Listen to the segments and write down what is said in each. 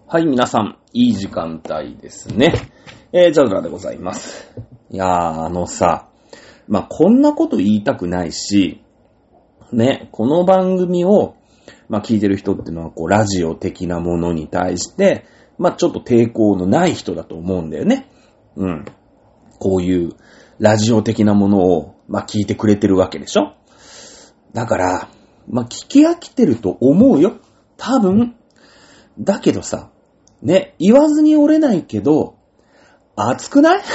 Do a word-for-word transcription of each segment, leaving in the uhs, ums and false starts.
はい、皆さん、いい時間帯ですね。えー、ジャズラでございます。いやー、あのさ、まあ、こんなこと言いたくないし、ね、この番組を、まあ、聞いてる人っていうのは、こう、ラジオ的なものに対して、まあ、ちょっと抵抗のない人だと思うんだよね。うん。こういう、ラジオ的なものを、まあ、聞いてくれてるわけでしょ？だから、まあ、聞き飽きてると思うよ。多分。だけどさ、ね、言わずに折れないけど、熱くない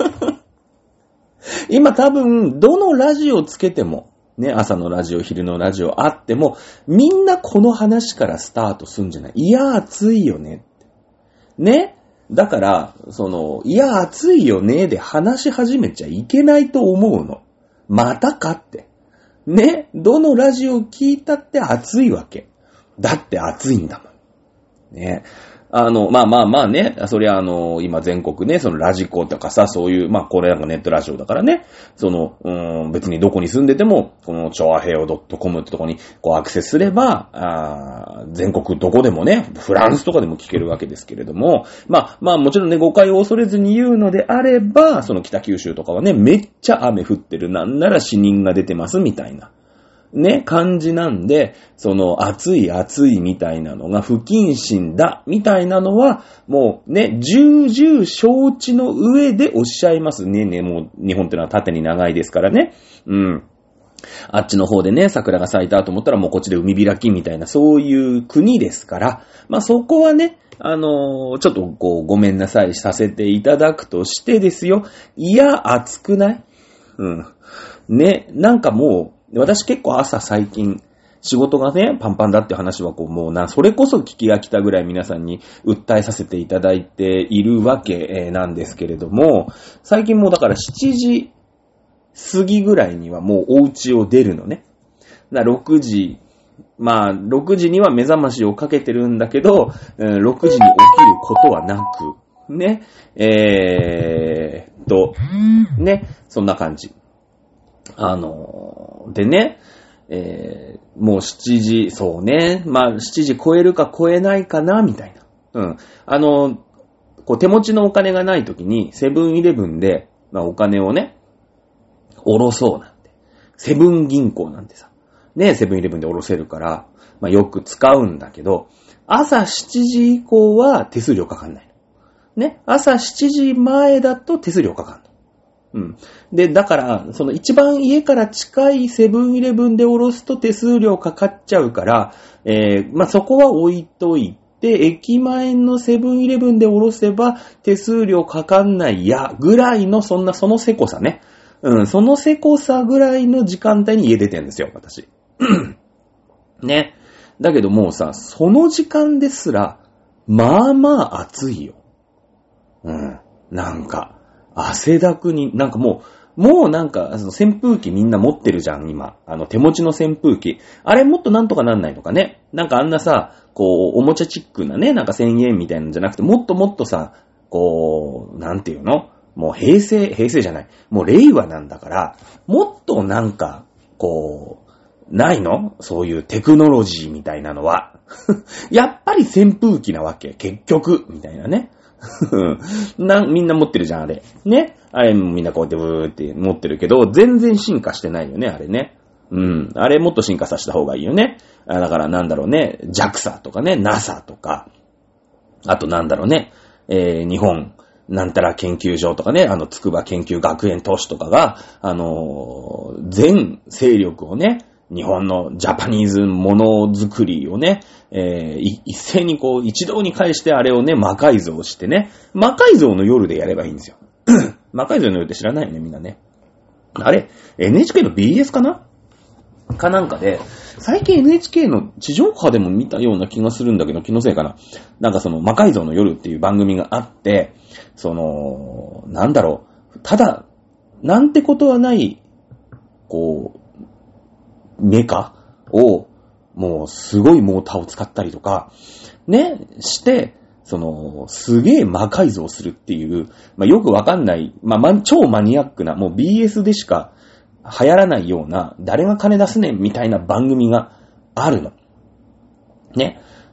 今多分、どのラジオつけても、ね、朝のラジオ、昼のラジオあっても、みんなこの話からスタートするんじゃない？いや、熱いよね。ね？だから、その、いや、熱いよねで話し始めちゃいけないと思うの。またかって。ね？どのラジオ聞いたって熱いわけ。だって熱いんだもん。ね。あの、まあまあまあね、そりゃあの、今全国ね、そのラジコとかさ、そういう、まあこれなんかネットラジオだからね、その、うーん、別にどこに住んでても、このチョアヘオ .com ってとこにこうアクセスすれば、あ全国どこでもね、フランスとかでも聞けるわけですけれども、まあまあもちろんね、誤解を恐れずに言うのであれば、その北九州とかはね、めっちゃ雨降ってる、なんなら死人が出てますみたいな。ね、感じなんで、その、暑い暑いみたいなのが不謹慎だ、みたいなのは、もうね、重々承知の上でおっしゃいますね。ね、もう、日本ってのは縦に長いですからね。うん。あっちの方でね、桜が咲いたと思ったらもうこっちで海開きみたいな、そういう国ですから、まあそこはね、あのー、ちょっとこう、ごめんなさいさせていただくとしてですよ。いや、暑くない？うん。ね、なんかもう、私結構朝最近仕事がねパンパンだって話はこうもうなそれこそ聞き飽きたぐらい皆さんに訴えさせていただいているわけなんですけれども、最近もうだからしちじ過ぎぐらいにはもうお家を出るのね。だろくじ、まあろくじには目覚ましをかけてるんだけど、ろくじに起きることはなくね、えーっとね、そんな感じ。あの、でね、えー、もうしちじ、そうね、まあしちじ超えるか超えないかな、みたいな。うん。あの、こう手持ちのお金がないときに、セブンイレブンで、まあお金をね、下ろそうなんて。セブン銀行なんてさ、ね、セブンイレブンで下ろせるから、まあよく使うんだけど、朝しちじ以降は手数料かかんない。ね、朝しちじまえだと手数料かかんの。うん。で、だから、その一番家から近いセブンイレブンでおろすと手数料かかっちゃうから、えー、まあ、そこは置いといて、駅前のセブンイレブンでおろせば手数料かかんないや、ぐらいの、そんな、そのせこさね。うん、そのせこさぐらいの時間帯に家出てるんですよ、私。ね。だけどもうさ、その時間ですら、まあまあ暑いよ。うん、なんか。汗だくに、なんかもう、もうなんか、その扇風機みんな持ってるじゃん、今。あの、手持ちの扇風機。あれもっとなんとかなんないのかね。なんかあんなさ、こう、おもちゃチックなね、なんかせんえんみたいなんじゃなくて、もっともっとさ、こう、なんていうの？もう平成、平成じゃない。もう令和なんだから、もっとなんか、こう、ないの？そういうテクノロジーみたいなのは。やっぱり扇風機なわけ。結局、みたいなね。な、みんな持ってるじゃん、あれ。ね。あれみんなこうやってブーって持ってるけど、全然進化してないよね、あれね。うん。あれもっと進化させた方がいいよね。あだからなんだろうね、ジャクサ とかね、ナサ とか、あとなんだろうね、えー、日本、なんたら研究所とかね、あの、筑波研究学園都市とかが、あのー、全勢力をね、日本のジャパニーズものづくりをね、えー、一斉にこう一堂に会してあれをね魔改造してね、魔改造の夜でやればいいんですよ。魔改造の夜って知らないよねみんなね。あれ エヌエイチケー の ビーエス かなかなんかで、最近 エヌエイチケー の地上波でも見たような気がするんだけど、気のせいかな。なんかその魔改造の夜っていう番組があって、そのなんだろう、ただなんてことはないこうメカを、もうすごいモーターを使ったりとか、ね、して、その、すげえ魔改造するっていう、まあ、よくわかんない、まあ、ま、超マニアックな、もう ビーエス でしか流行らないような、誰が金出すねんみたいな番組があるの。ね。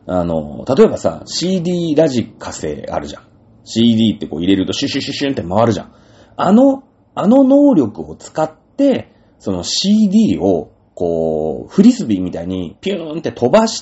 あの、例えばさ、シーディー ラジカセあるじゃん。シーディー ってこう入れるとシュシュシュシュンって回るじゃん。あの、あの能力を使って、その シーディー をこう、フリスビーみたいにピューンって飛ばして、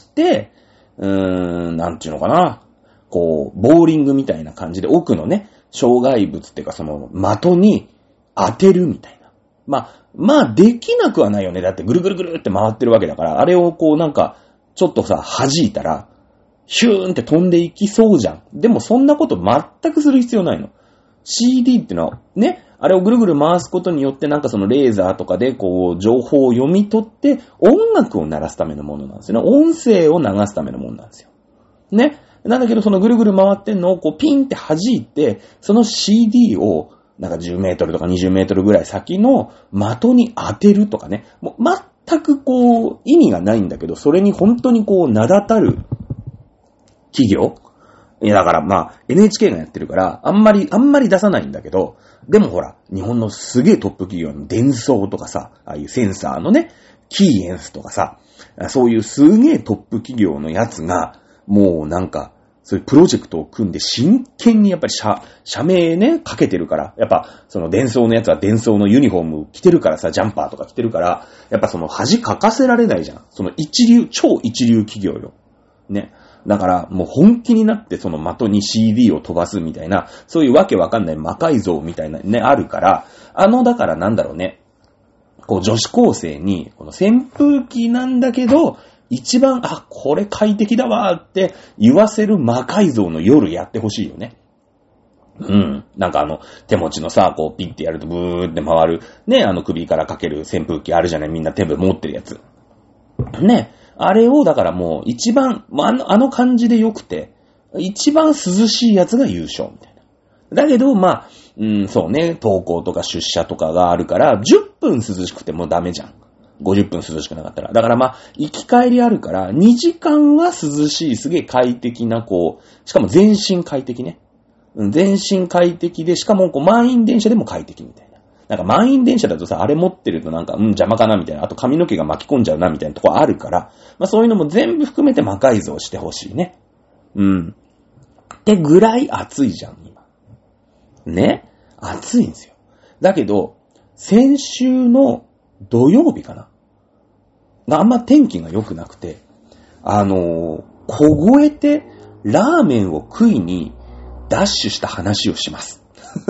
うーん、なんていうのかな。こう、ボーリングみたいな感じで奥のね、障害物っていうかその的に当てるみたいな。まあ、まあできなくはないよね。だってぐるぐるぐるって回ってるわけだから、あれをこうなんか、ちょっとさ、弾いたら、ヒューンって飛んでいきそうじゃん。でもそんなこと全くする必要ないの。シーディー ってのは、ね、あれをぐるぐる回すことによってなんかそのレーザーとかでこう情報を読み取って音楽を鳴らすためのものなんですよね。音声を流すためのものなんですよ。ね。なんだけどそのぐるぐる回ってんのをこうピンって弾いて、その シーディー をなんかじゅうメートルとかにじゅうメートルぐらい先の的に当てるとかね。もう全くこう意味がないんだけど、それに本当にこう名だたる企業いやだからまあ エヌエイチケー がやってるからあんまりあんまり出さないんだけど、でもほら日本のすげえトップ企業のデンソーとかさ、ああいうセンサーのねキーエンスとかさ、そういうすげえトップ企業のやつがもうなんかそういうプロジェクトを組んで真剣にやっぱり社社名ねかけてるから、やっぱそのデンソーのやつはデンソーのユニフォーム着てるからさ、ジャンパーとか着てるから、やっぱその恥かかせられないじゃん。その一流超一流企業よね。だからもう本気になってその的に シーディー を飛ばすみたいな、そういうわけわかんない魔改造みたいなねあるから、あのだからなんだろうね、こう女子高生にこの扇風機なんだけど一番あこれ快適だわーって言わせる魔改造の夜やってほしいよね。うん。なんかあの手持ちのさこうピッてやるとブーって回るね、あの首からかける扇風機あるじゃない、みんな手で持ってるやつね。あれをだからもう一番あの、あの感じで良くて一番涼しいやつが優勝みたいな。だけどまあ、うん、そうね、登校とか出社とかがあるからじゅっぷん涼しくてもダメじゃん。ごじゅっぷん涼しくなかったら。だからまあ、行き帰りあるからにじかんは涼しい、すげえ快適なこう、しかも全身快適ね。全身快適で、しかもこう満員電車でも快適みたいな。なんか満員電車だとさ、あれ持ってるとなんか、うん、邪魔かなみたいな。あと髪の毛が巻き込んじゃうなみたいなとこあるから、まあそういうのも全部含めて魔改造してほしいね。うん。ってぐらい暑いじゃん、今。ね？暑いんですよ。だけど、先週の土曜日かなあんま天気が良くなくて、あのー、凍えてラーメンを食いにダッシュした話をします。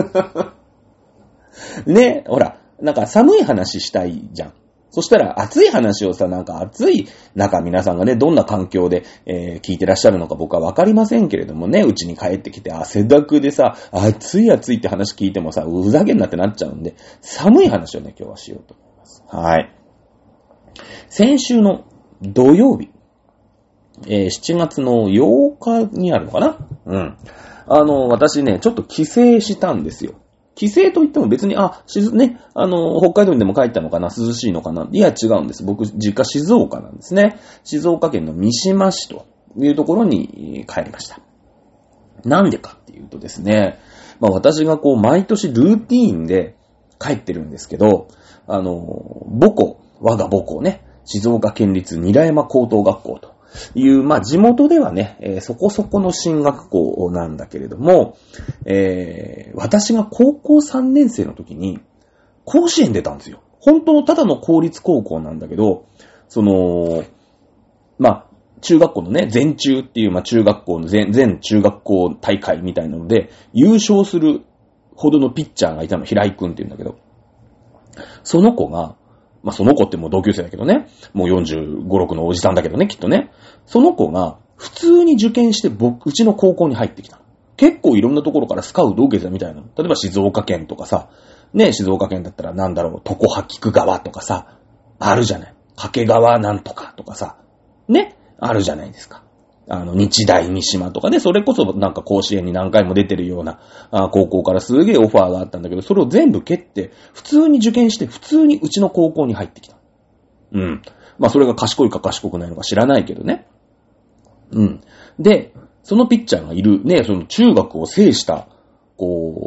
ね、ほら、なんか寒い話したいじゃん。そしたら暑い話をさ、なんか暑い中皆さんがね、どんな環境で、えー、聞いてらっしゃるのか僕はわかりませんけれどもね、うちに帰ってきて汗だくでさ、暑い暑いって話聞いてもさ、うざげんなってなっちゃうんで、寒い話をね、今日はしようと思います。はい。先週の土曜日、えー、しちがつのようかにあるのかな？うん。あの、私ね、ちょっと帰省したんですよ。帰省といっても別に、あ、しず、ね、あの、北海道にでも帰ったのかな、涼しいのかな。いや、違うんです。僕、実家静岡なんですね。静岡県の三島市というところに帰りました。なんでかっていうとですね、まあ私がこう、毎年ルーティーンで帰ってるんですけど、あの、母校、我が母校ね、静岡県立韮山高等学校という、まあ地元ではね、えー、そこそこの進学校なんだけれども、えー、私が高校さんねん生の時に甲子園出たんですよ。本当のただの公立高校なんだけど、その、まあ中学校のね、全中っていう、まあ中学校の全、全中学校大会みたいなので、優勝するほどのピッチャーがいたの、平井くんっていうんだけど、その子が、まあ、その子ってもう同級生だけどね。もうよんじゅうご、ろくのおじさんだけどね、きっとね。その子が普通に受験して僕、うちの高校に入ってきた。結構いろんなところからスカウトを受けてたみたいな。例えば静岡県とかさ、ね、静岡県だったらなんだろう、常葉菊川とかさ、あるじゃない。掛川なんとかとかさ、ね、あるじゃないですか。あの、日大三島とかね、それこそなんか甲子園に何回も出てるようなあ高校からすげえオファーがあったんだけど、それを全部蹴って、普通に受験して、普通にうちの高校に入ってきた。うん。まあそれが賢いか賢くないのか知らないけどね。うん。で、そのピッチャーがいる、ね、その中学を制した、こう、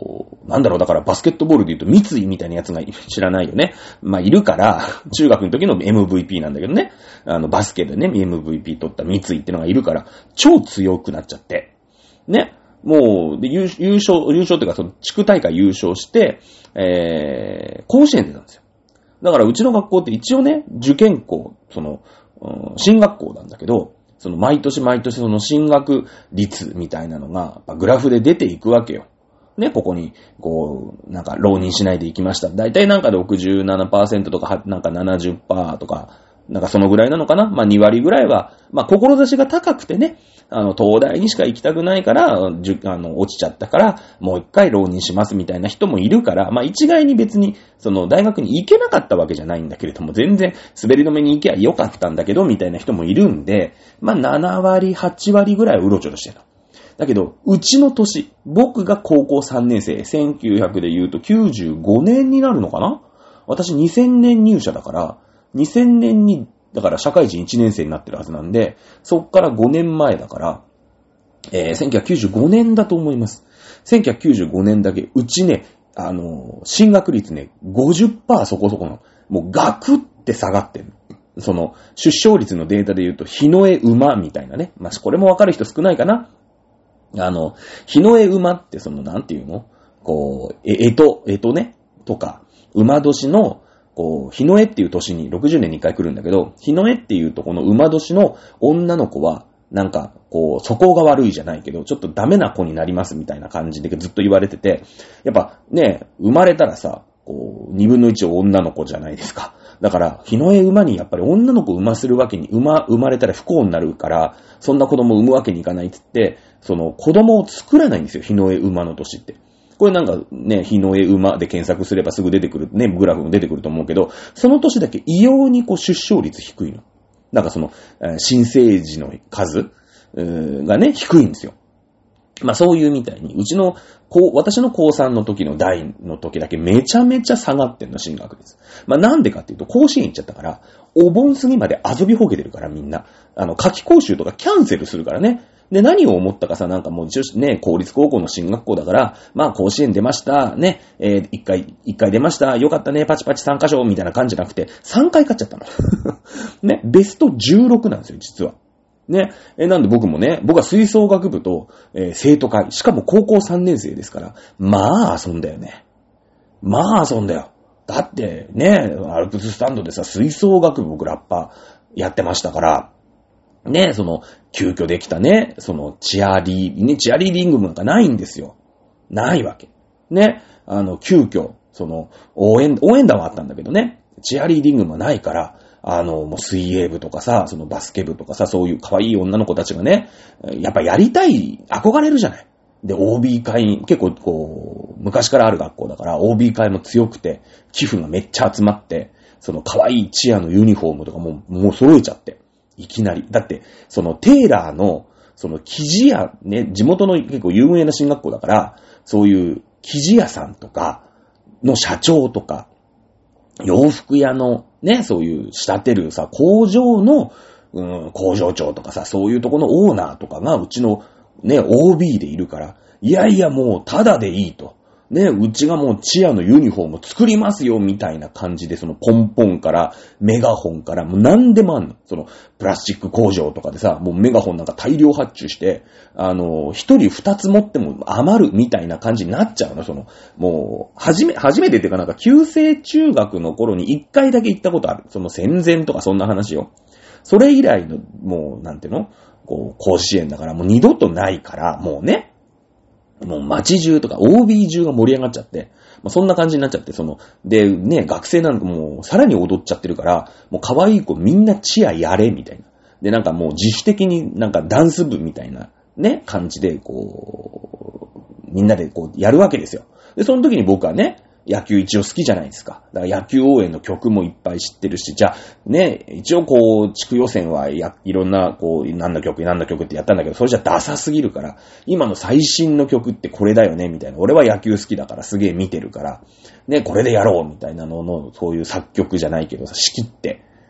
なんだろう、だからバスケットボールで言うと三井みたいなやつが知らないよね。まあ、いるから、中学の時の エムブイピー なんだけどね。あの、バスケでね、エムブイピー 取った三井ってのがいるから、超強くなっちゃって。ね。もう、で、優勝、優勝っていうか、その、地区大会優勝して、えー、甲子園出たんですよ。だから、うちの学校って一応ね、受験校、その、うん、進学校なんだけど、その、毎年毎年その進学率みたいなのが、グラフで出ていくわけよ。ね、ここに、こう、なんか、浪人しないでいきました。だいたいなんか ろくじゅうななパーセント とか、なんか ななじゅっパーセント とか、なんかそのぐらいなのかな。まあに割ぐらいは、まあ志が高くてね、あの、東大にしか行きたくないから、じゅ、あの、落ちちゃったから、もう一回浪人しますみたいな人もいるから、まあ一概に別に、その大学に行けなかったわけじゃないんだけれども、全然滑り止めに行けばよかったんだけど、みたいな人もいるんで、まあなな割、はち割ぐらいはうろちょろしてた。だけど、うちの年、僕が高校さんねん生、せんきゅうひゃくで言うときゅうじゅうごねんになるのかな？私にせんねん入社だから、にせんねんに、だから社会人いちねん生になってるはずなんで、そっからごねんまえだから、えー、せんきゅうひゃくきゅうじゅうごねんだと思います。せんきゅうひゃくきゅうじゅうごねんだけ、うちね、あのー、進学率ね、ごじゅっパーセント そこそこの、もうガクって下がってる。その、出生率のデータで言うと、日の絵馬みたいなね。まあ、これもわかる人少ないかな。あの、日の絵馬ってその、なんていうの？こう、え、えと、えとね、とか、馬年の、こう、日の絵っていう年にろくじゅうねんにいっかい来るんだけど、日の絵っていうとこの馬年の女の子は、なんか、こう、素行が悪いじゃないけど、ちょっとダメな子になりますみたいな感じでずっと言われてて、やっぱね、生まれたらさ、こう、二分の一を女の子じゃないですか。だから、日の絵馬にやっぱり女の子を産まするわけに、馬、生まれたら不幸になるから、そんな子供を産むわけにいかないって言って、その子供を作らないんですよ、日の絵馬の年って。これなんかね、日の絵馬で検索すればすぐ出てくる、ね、グラフも出てくると思うけど、その年だけ異様にこう出生率低いの。なんかその、新生児の数がね、低いんですよ。まあそういうみたいに、うちの、こう、私の高さんの時の代の時だけめちゃめちゃ下がってんの、進学率。まあなんでかっていうと、甲子園行っちゃったから、お盆過ぎまで遊びほげてるからみんな。あの、夏季講習とかキャンセルするからね。で、何を思ったかさ、なんかもう一応ね、公立高校の進学校だから、まあ甲子園出ました、ね、えー、一回、一回出ました、よかったね、パチパチ参加賞みたいな感じじゃなくて、さんかい勝っちゃったの。ね、ベストじゅうろくなんですよ、実は。ね。え、なんで僕もね、僕は吹奏楽部と、えー、生徒会、しかも高校さんねん生ですから、まあ遊んだよね。まあ遊んだよ。だってね、アルプススタンドでさ、吹奏楽部僕ラッパーやってましたから、ね、その、急遽できたね、その、チアリー、ね、チアリーディングなんかないんですよ。ないわけ。ね。あの、急遽、その、応援、応援団はあったんだけどね、チアリーディングもないから、あの、もう水泳部とかさ、そのバスケ部とかさ、そういう可愛い女の子たちがね、やっぱやりたい、憧れるじゃない。で、オービー 会に、結構こう、昔からある学校だから、オービー 会も強くて、寄付がめっちゃ集まって、その可愛いチアのユニフォームとかも、もう揃えちゃって。いきなり。だって、そのテーラーの、その生地屋、ね、地元の結構有名な進学校だから、そういう生地屋さんとかの社長とか、洋服屋のね、そういう仕立てるさ、工場の、うん、工場長とかさ、そういうとこのオーナーとかがうちのね、オービー でいるから、いやいやもうタダでいいと。ね、うちがもうチアのユニフォーム作りますよ、みたいな感じで、そのポンポンから、メガホンから、もう何でもあんの。その、プラスチック工場とかでさ、もうメガホンなんか大量発注して、あの、一人二つ持っても余るみたいな感じになっちゃうの。その、もう、初め、初めてっていうかなんか、旧制中学の頃に一回だけ行ったことある。その戦前とかそんな話よ。それ以来の、もう、なんていうの？こう、甲子園だから、もう二度とないから、もうね。もう街中とか オービー 中が盛り上がっちゃって、まあ、そんな感じになっちゃって、その、で、ね、学生なんかもうさらに踊っちゃってるから、もう可愛い子みんなチアやれみたいな。で、なんかもう自主的になんかダンス部みたいなね、感じでこう、みんなでこうやるわけですよ。で、その時に僕はね、野球一応好きじゃないですか。だから野球応援の曲もいっぱい知ってるし、じゃあね、一応こう、地区予選はや、いろんなこう、何の曲、何の曲ってやったんだけど、それじゃダサすぎるから、今の最新の曲ってこれだよね、みたいな。俺は野球好きだからすげえ見てるから、ね、これでやろう、みたいなのの、そういう作曲じゃないけどさ、仕切って、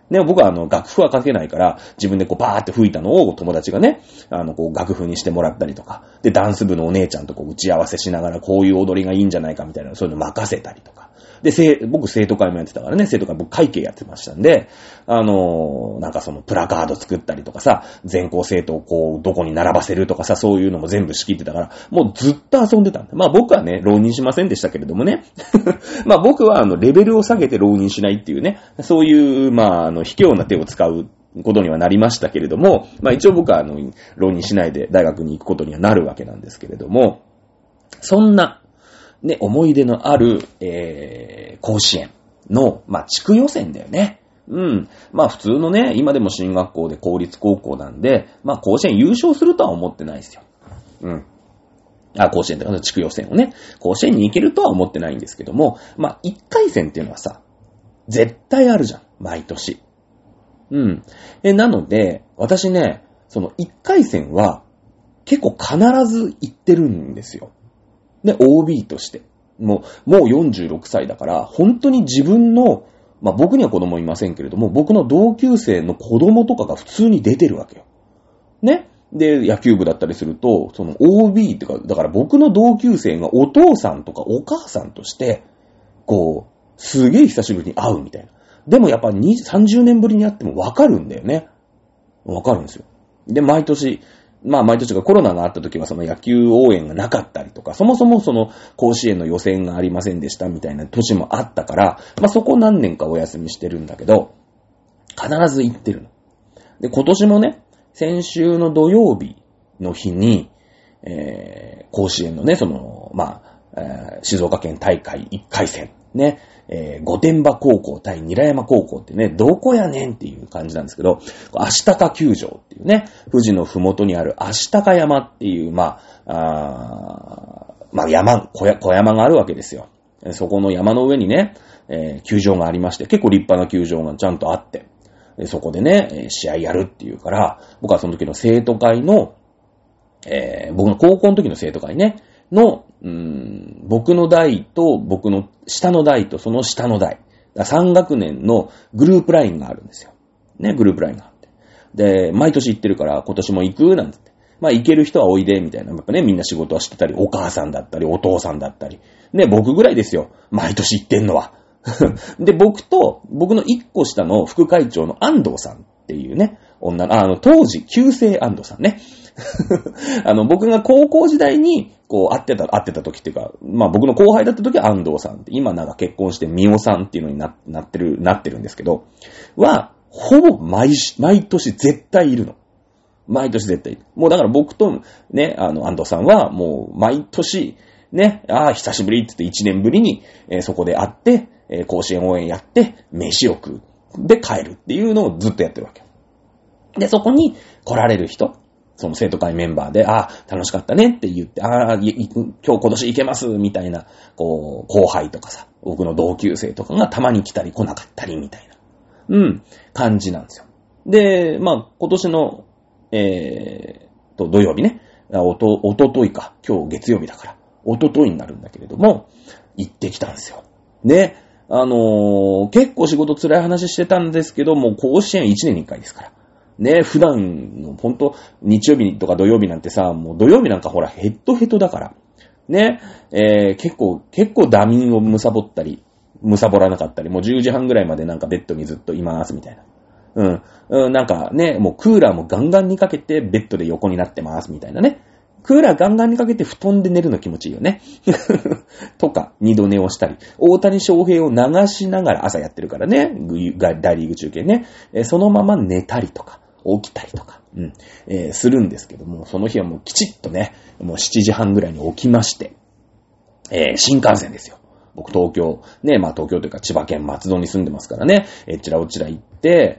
ね、僕はあの、楽譜は書けないから、自分でこう、バーって吹いたのを友達がね、あの、こう、楽譜にしてもらったりとか、で、ダンス部のお姉ちゃんとこう、打ち合わせしながら、こういう踊りがいいんじゃないかみたいな、そういうの任せたりとか。で、せ僕生徒会もやってたからね、生徒会僕会計やってましたんで、あのー、なんかそのプラカード作ったりとかさ、全校生徒をこう、どこに並ばせるとかさ、そういうのも全部仕切ってたから、もうずっと遊んでたんだ。まあ僕はね、浪人しませんでしたけれどもね。まあ僕はあの、レベルを下げて浪人しないっていうね、そういう、まああの、卑怯な手を使うことにはなりましたけれども、まあ一応僕はあの、浪人しないで大学に行くことにはなるわけなんですけれども、そんな、ね、思い出のある、えー、甲子園の、まあ、地区予選だよね。うん。まあ、普通のね、今でも進学校で公立高校なんで、まあ、甲子園優勝するとは思ってないですよ。うん。あ、甲子園とか地区予選をね、甲子園に行けるとは思ってないんですけども、まあ、一回戦っていうのはさ、絶対あるじゃん。毎年。うん。え、なので、私ね、その一回戦は、結構必ず行ってるんですよ。で、オービー として。もう、もうよんじゅうろくさいだから、本当に自分の、まあ僕には子供いませんけれども、僕の同級生の子供とかが普通に出てるわけよ。ね。で、野球部だったりすると、その オービー ってか、だから僕の同級生がお父さんとかお母さんとして、こう、すげえ久しぶりに会うみたいな。でもやっぱさんじゅうねんぶりに会ってもわかるんだよね。わかるんですよ。で、毎年、まあ毎年がコロナがあった時はその野球応援がなかったりとか、そもそもその甲子園の予選がありませんでしたみたいな年もあったから、まあそこ何年かお休みしてるんだけど、必ず行ってるの。で、今年もね、先週の土曜日の日に、えー、甲子園のね、その、まあ、えー、静岡県大会いっかい戦、ね、えー、御殿場高校対韮山高校ってね、どこやねんっていう感じなんですけど、足高球場っていうね、富士のふもとにある足高山っていう、まあ、あまあ山小や、小山があるわけですよ。そこの山の上にね、えー、球場がありまして、結構立派な球場がちゃんとあって、そこでね、試合やるっていうから、僕はその時の生徒会の、えー、僕の高校の時の生徒会ね、の、うーん、僕の代と僕の下の代とその下の代。さん学年のグループラインがあるんですよ。ね、グループラインがあって。で、毎年行ってるから今年も行くなんて言って。まあ行ける人はおいでみたいな。やっぱね、みんな仕事はしてたり、お母さんだったり、お父さんだったり。ね、僕ぐらいですよ。毎年行ってんのは。で、僕と、僕の一個下の副会長の安藤さんっていうね、女の、あの、当時、旧姓安藤さんね。あの、僕が高校時代に、こう、会ってた、会ってた時っていうか、まあ僕の後輩だった時は安藤さんって、今なんか結婚してみおさんっていうのにな、なってる、なってるんですけど、は、ほぼ毎、毎年絶対いるの。毎年絶対いる。もうだから僕とね、あの、安藤さんはもう毎年、ね、ああ、久しぶりって言って一年ぶりに、えー、そこで会って、えー、甲子園応援やって、飯を食う。で帰るっていうのをずっとやってるわけ。で、そこに来られる人、その生徒会メンバーで、ああ、楽しかったねって言って、ああ、今日今年行けますみたいな、こう、後輩とかさ、僕の同級生とかがたまに来たり来なかったりみたいな、うん、感じなんですよ。で、まあ、今年の、えーと、土曜日ね、おと、おとといか、今日月曜日だから、おとといになるんだけれども、行ってきたんですよ。で、あのー、結構仕事辛い話してたんですけども、甲子園いちねんにいっかいですから。ね、普段の、ほんと、日曜日とか土曜日なんてさ、もう土曜日なんかほら、ヘッドヘッドだから。ね、えー、結構、結構ダミンをむさぼったり、むさぼらなかったり、もうじゅうじはんぐらいまでなんかベッドにずっといます、みたいな。うん。うん、なんかね、もうクーラーもガンガンにかけてベッドで横になってます、みたいなね。クーラーガンガンにかけて布団で寝るの気持ちいいよね。とか、二度寝をしたり。大谷翔平を流しながら朝やってるからね。大リーグ中継ね。えそのまま寝たりとか、起きたりとか、うんえー、するんですけども、その日はもうきちっとね、もうしちじはんぐらいに起きまして、えー、新幹線ですよ。僕東京、ね、まあ東京というか千葉県松戸に住んでますからね、えちらおちら行って、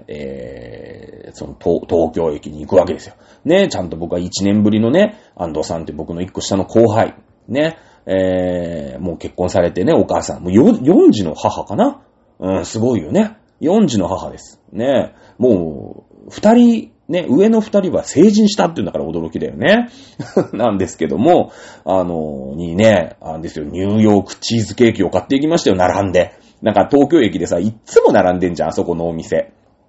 えー、その東、東京駅に行くわけですよ。ね、ちゃんと僕はいちねんぶりのね、安藤さんって僕の一個下の後輩、ね、えー、もう結婚されてね、お母さん、もうよんじの母かな？うん、すごいよね。よんじの母です。ね、もう、二人、ね、上の二人は成人したっていうんだから驚きだよね。なんですけども、あの、にね、あれですよ、ニューヨークチーズケーキを買っていきましたよ、並んで。なんか東京駅でさ、いっつも並んでんじゃん、あそこのお店。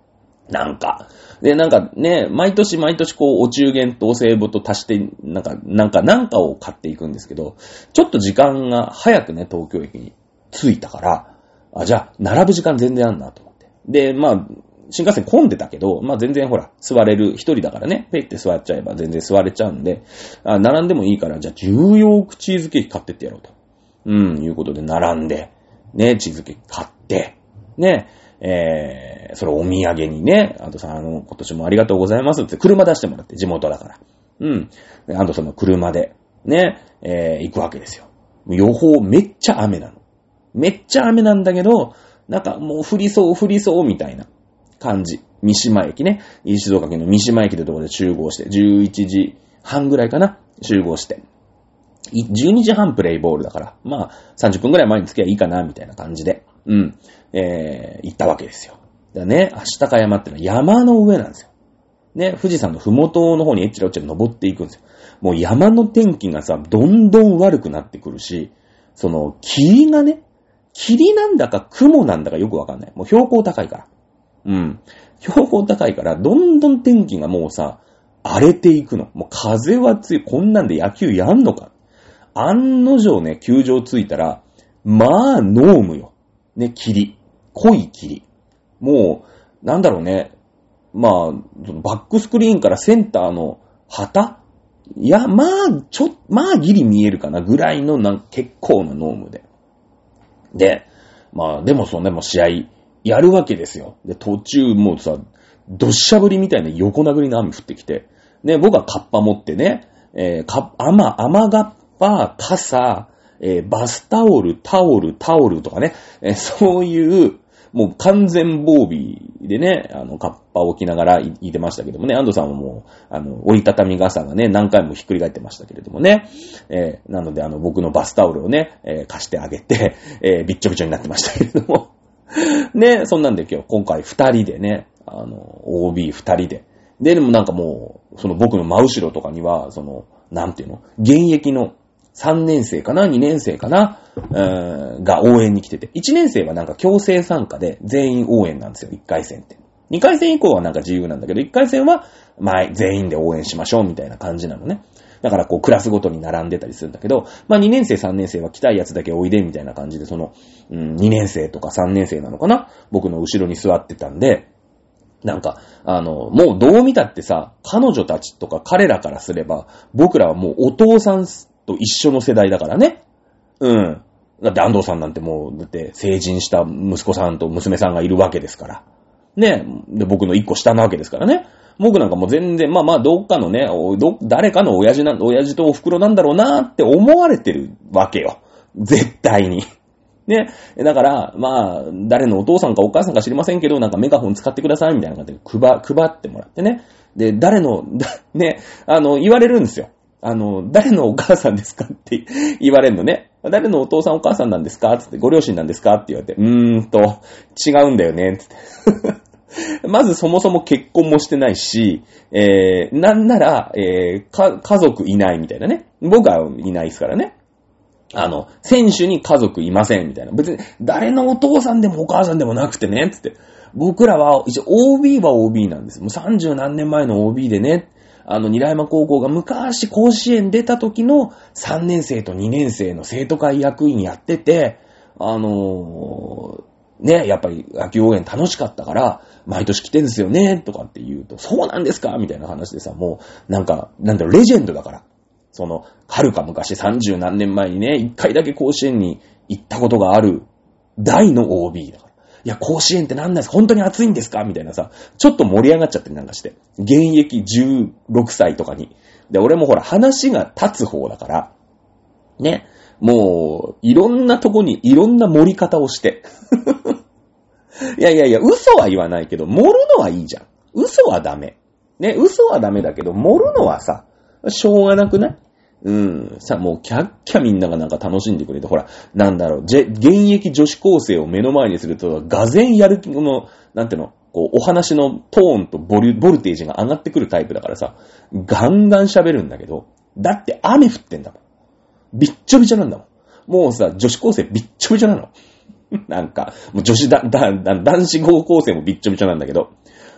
なんか。で、なんかね、毎年毎年こう、お中元とお歳暮と足して、なんか、なんか、なんかを買っていくんですけど、ちょっと時間が早くね、東京駅に着いたから、あ、じゃあ、並ぶ時間全然あんなと思って。で、まあ、新幹線混んでたけど、まあ全然ほら、座れる、一人だからね、ペイって座っちゃえば全然座れちゃうんで、あ、並んでもいいから、じゃあ、重要チーズケーキ買ってってやろうと。うん、いうことで並んで、ね、チーズケーキ買って、ね、えー、それをお土産にね、安藤さん、あの、今年もありがとうございますって車出してもらって、地元だから。うん。安藤さんの車で、ね、えー、行くわけですよ。予報めっちゃ雨なの。めっちゃ雨なんだけど、なんかもう降りそう降りそうみたいな感じ。三島駅ね。静岡県の三島駅というところで集合して、じゅういちじはんぐらいかな、集合して。じゅうにじはんプレイボールだから、まあ、さんじゅっぷんぐらい前に着けばいいかな、みたいな感じで、うん、えー、行ったわけですよ。だね、足高山ってのは山の上なんですよ。ね、富士山のふもとの方にえっちらおっちら登っていくんですよ。もう山の天気がさ、どんどん悪くなってくるし、その、霧がね、霧なんだか雲なんだかよくわかんない。もう標高高いから。うん。標高高いから、どんどん天気がもうさ、荒れていくの。もう風は強い。こんなんで野球やんのか。案の定ね、球場着いたら、まあ、濃霧よ。ね、霧。濃い霧。もう、なんだろうね。まあ、バックスクリーンからセンターの旗いや、まあ、ちょ、まあ、ギリ見えるかなぐらいのな結構な濃霧で。で、まあ、でもそんなもう試合やるわけですよ。で、途中もうさ、どっしゃぶりみたいな横殴りの雨降ってきて、ね、僕はカッパ持ってね、えー、か、雨、雨がっぱ、傘、えー、バスタオル、タオル、タオルとかね、えー、そういう、もう完全防備でね、あの、カッパを着ながらい、いてましたけどもね、安藤さんはもう、あの、折りたたみ傘がね、何回もひっくり返ってましたけれどもね、えー、なので、あの、僕のバスタオルをね、えー、貸してあげて、えー、びっちょびちょになってましたけれども、ね、そんなんで今日、今回二人でね、あの、オービー二人で、で、でもなんかもう、その僕の真後ろとかには、その、なんていうの、現役のさんねん生かな、にねん生かな、えー、が応援に来てて、いちねん生はなんか強制参加で全員応援なんですよ、いっかい戦って。にかい戦以降はなんか自由なんだけど、いっかい戦は、まあ、全員で応援しましょうみたいな感じなのね。だからこう、クラスごとに並んでたりするんだけど、まあにねん生、さんねん生は来たいやつだけおいでみたいな感じで、その、うん、にねん生とかさんねん生なのかな、僕の後ろに座ってたんで、なんか、あの、もうどう見たってさ、彼女たちとか彼らからすれば、僕らはもうお父さんと一緒の世代だからね。うん。だって安藤さんなんてもう、だって成人した息子さんと娘さんがいるわけですから。ね。で、僕の一個下なわけですからね。僕なんかもう全然、まあまあ、どっかのね、ど、誰かの親父な、親父とお袋なんだろうなって思われてるわけよ。絶対に。ね。だから、まあ、誰のお父さんかお母さんか知りませんけど、なんかメガホン使ってくださいみたいな感じで配、配ってもらってね。で、誰の、ね、あの、言われるんですよ。あの、誰のお母さんですかって言われるのね。誰のお父さんお母さんなんですかつって、ご両親なんですかって言われて、うーんと、違うんだよね。つってまずそもそも結婚もしてないし、えー、なんなら、えー、か、家族いないみたいなね。僕はいないですからね。あの、選手に家族いませんみたいな。別に誰のお父さんでもお母さんでもなくてね、つって。僕らは、一応 オービー は オービー なんです。もうさんじゅう何年前の オービー でね、あの、二来山高校が昔甲子園出た時のさんねん生とにねん生の生徒会役員やってて、あのー、ね、やっぱり野球応援楽しかったから、毎年来てんですよね、とかって言うと、そうなんですかみたいな話でさ、もう、なんか、なんだろ、レジェンドだから。その、はるか昔さんじゅう何年前にね、一回だけ甲子園に行ったことがある大の オービー だから。いや、甲子園って何なんですか本当に暑いんですかみたいなさ、ちょっと盛り上がっちゃってなんかして。現役じゅうろくさいとかに。で、俺もほら、話が立つ方だから、ね、もう、いろんなとこにいろんな盛り方をして。いやいやいや、嘘は言わないけど、盛るのはいいじゃん。嘘はダメ。ね、嘘はダメだけど、盛るのはさ、しょうがなくない？うん。さ、もうキャッキャみんながなんか楽しんでくれて、ほら、なんだろう、現役女子高生を目の前にすると、がぜんやる気の、なんていうの、こう、お話のトーンとボリュ、ボルテージが上がってくるタイプだからさ、ガンガン喋るんだけど、だって雨降ってんだもん。びっちょびちょなんだもん。もうさ、女子高生びっちょびちょなの。なんか、もう女子だ、だ、だ、男子高校生もびっちょびちょなんだけど、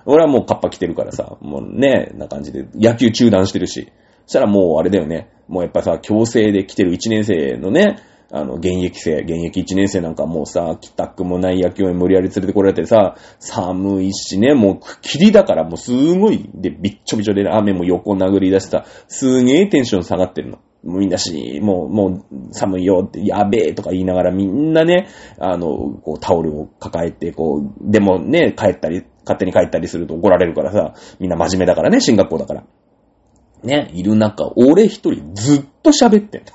俺はもうカッパ着てるからさ、もうね、な感じで野球中断してるし。そしたらもうあれだよね。もうやっぱさ、強制で来てるいちねん生のね、あの、現役生、現役いちねん生なんかもうさ、帰宅もない野球に無理やり連れてこられてさ、寒いしね、もう霧だからもうすごい、で、びっちょびちょで、ね、雨も横殴り出してさ、すげえテンション下がってるの。みんなし、もう、もう、寒いよって、やべえとか言いながらみんなね、あの、こう、タオルを抱えて、こう、でもね、帰ったり、勝手に帰ったりすると怒られるからさ、みんな真面目だからね、進学校だから。ね、いる中、俺一人ずっと喋ってん。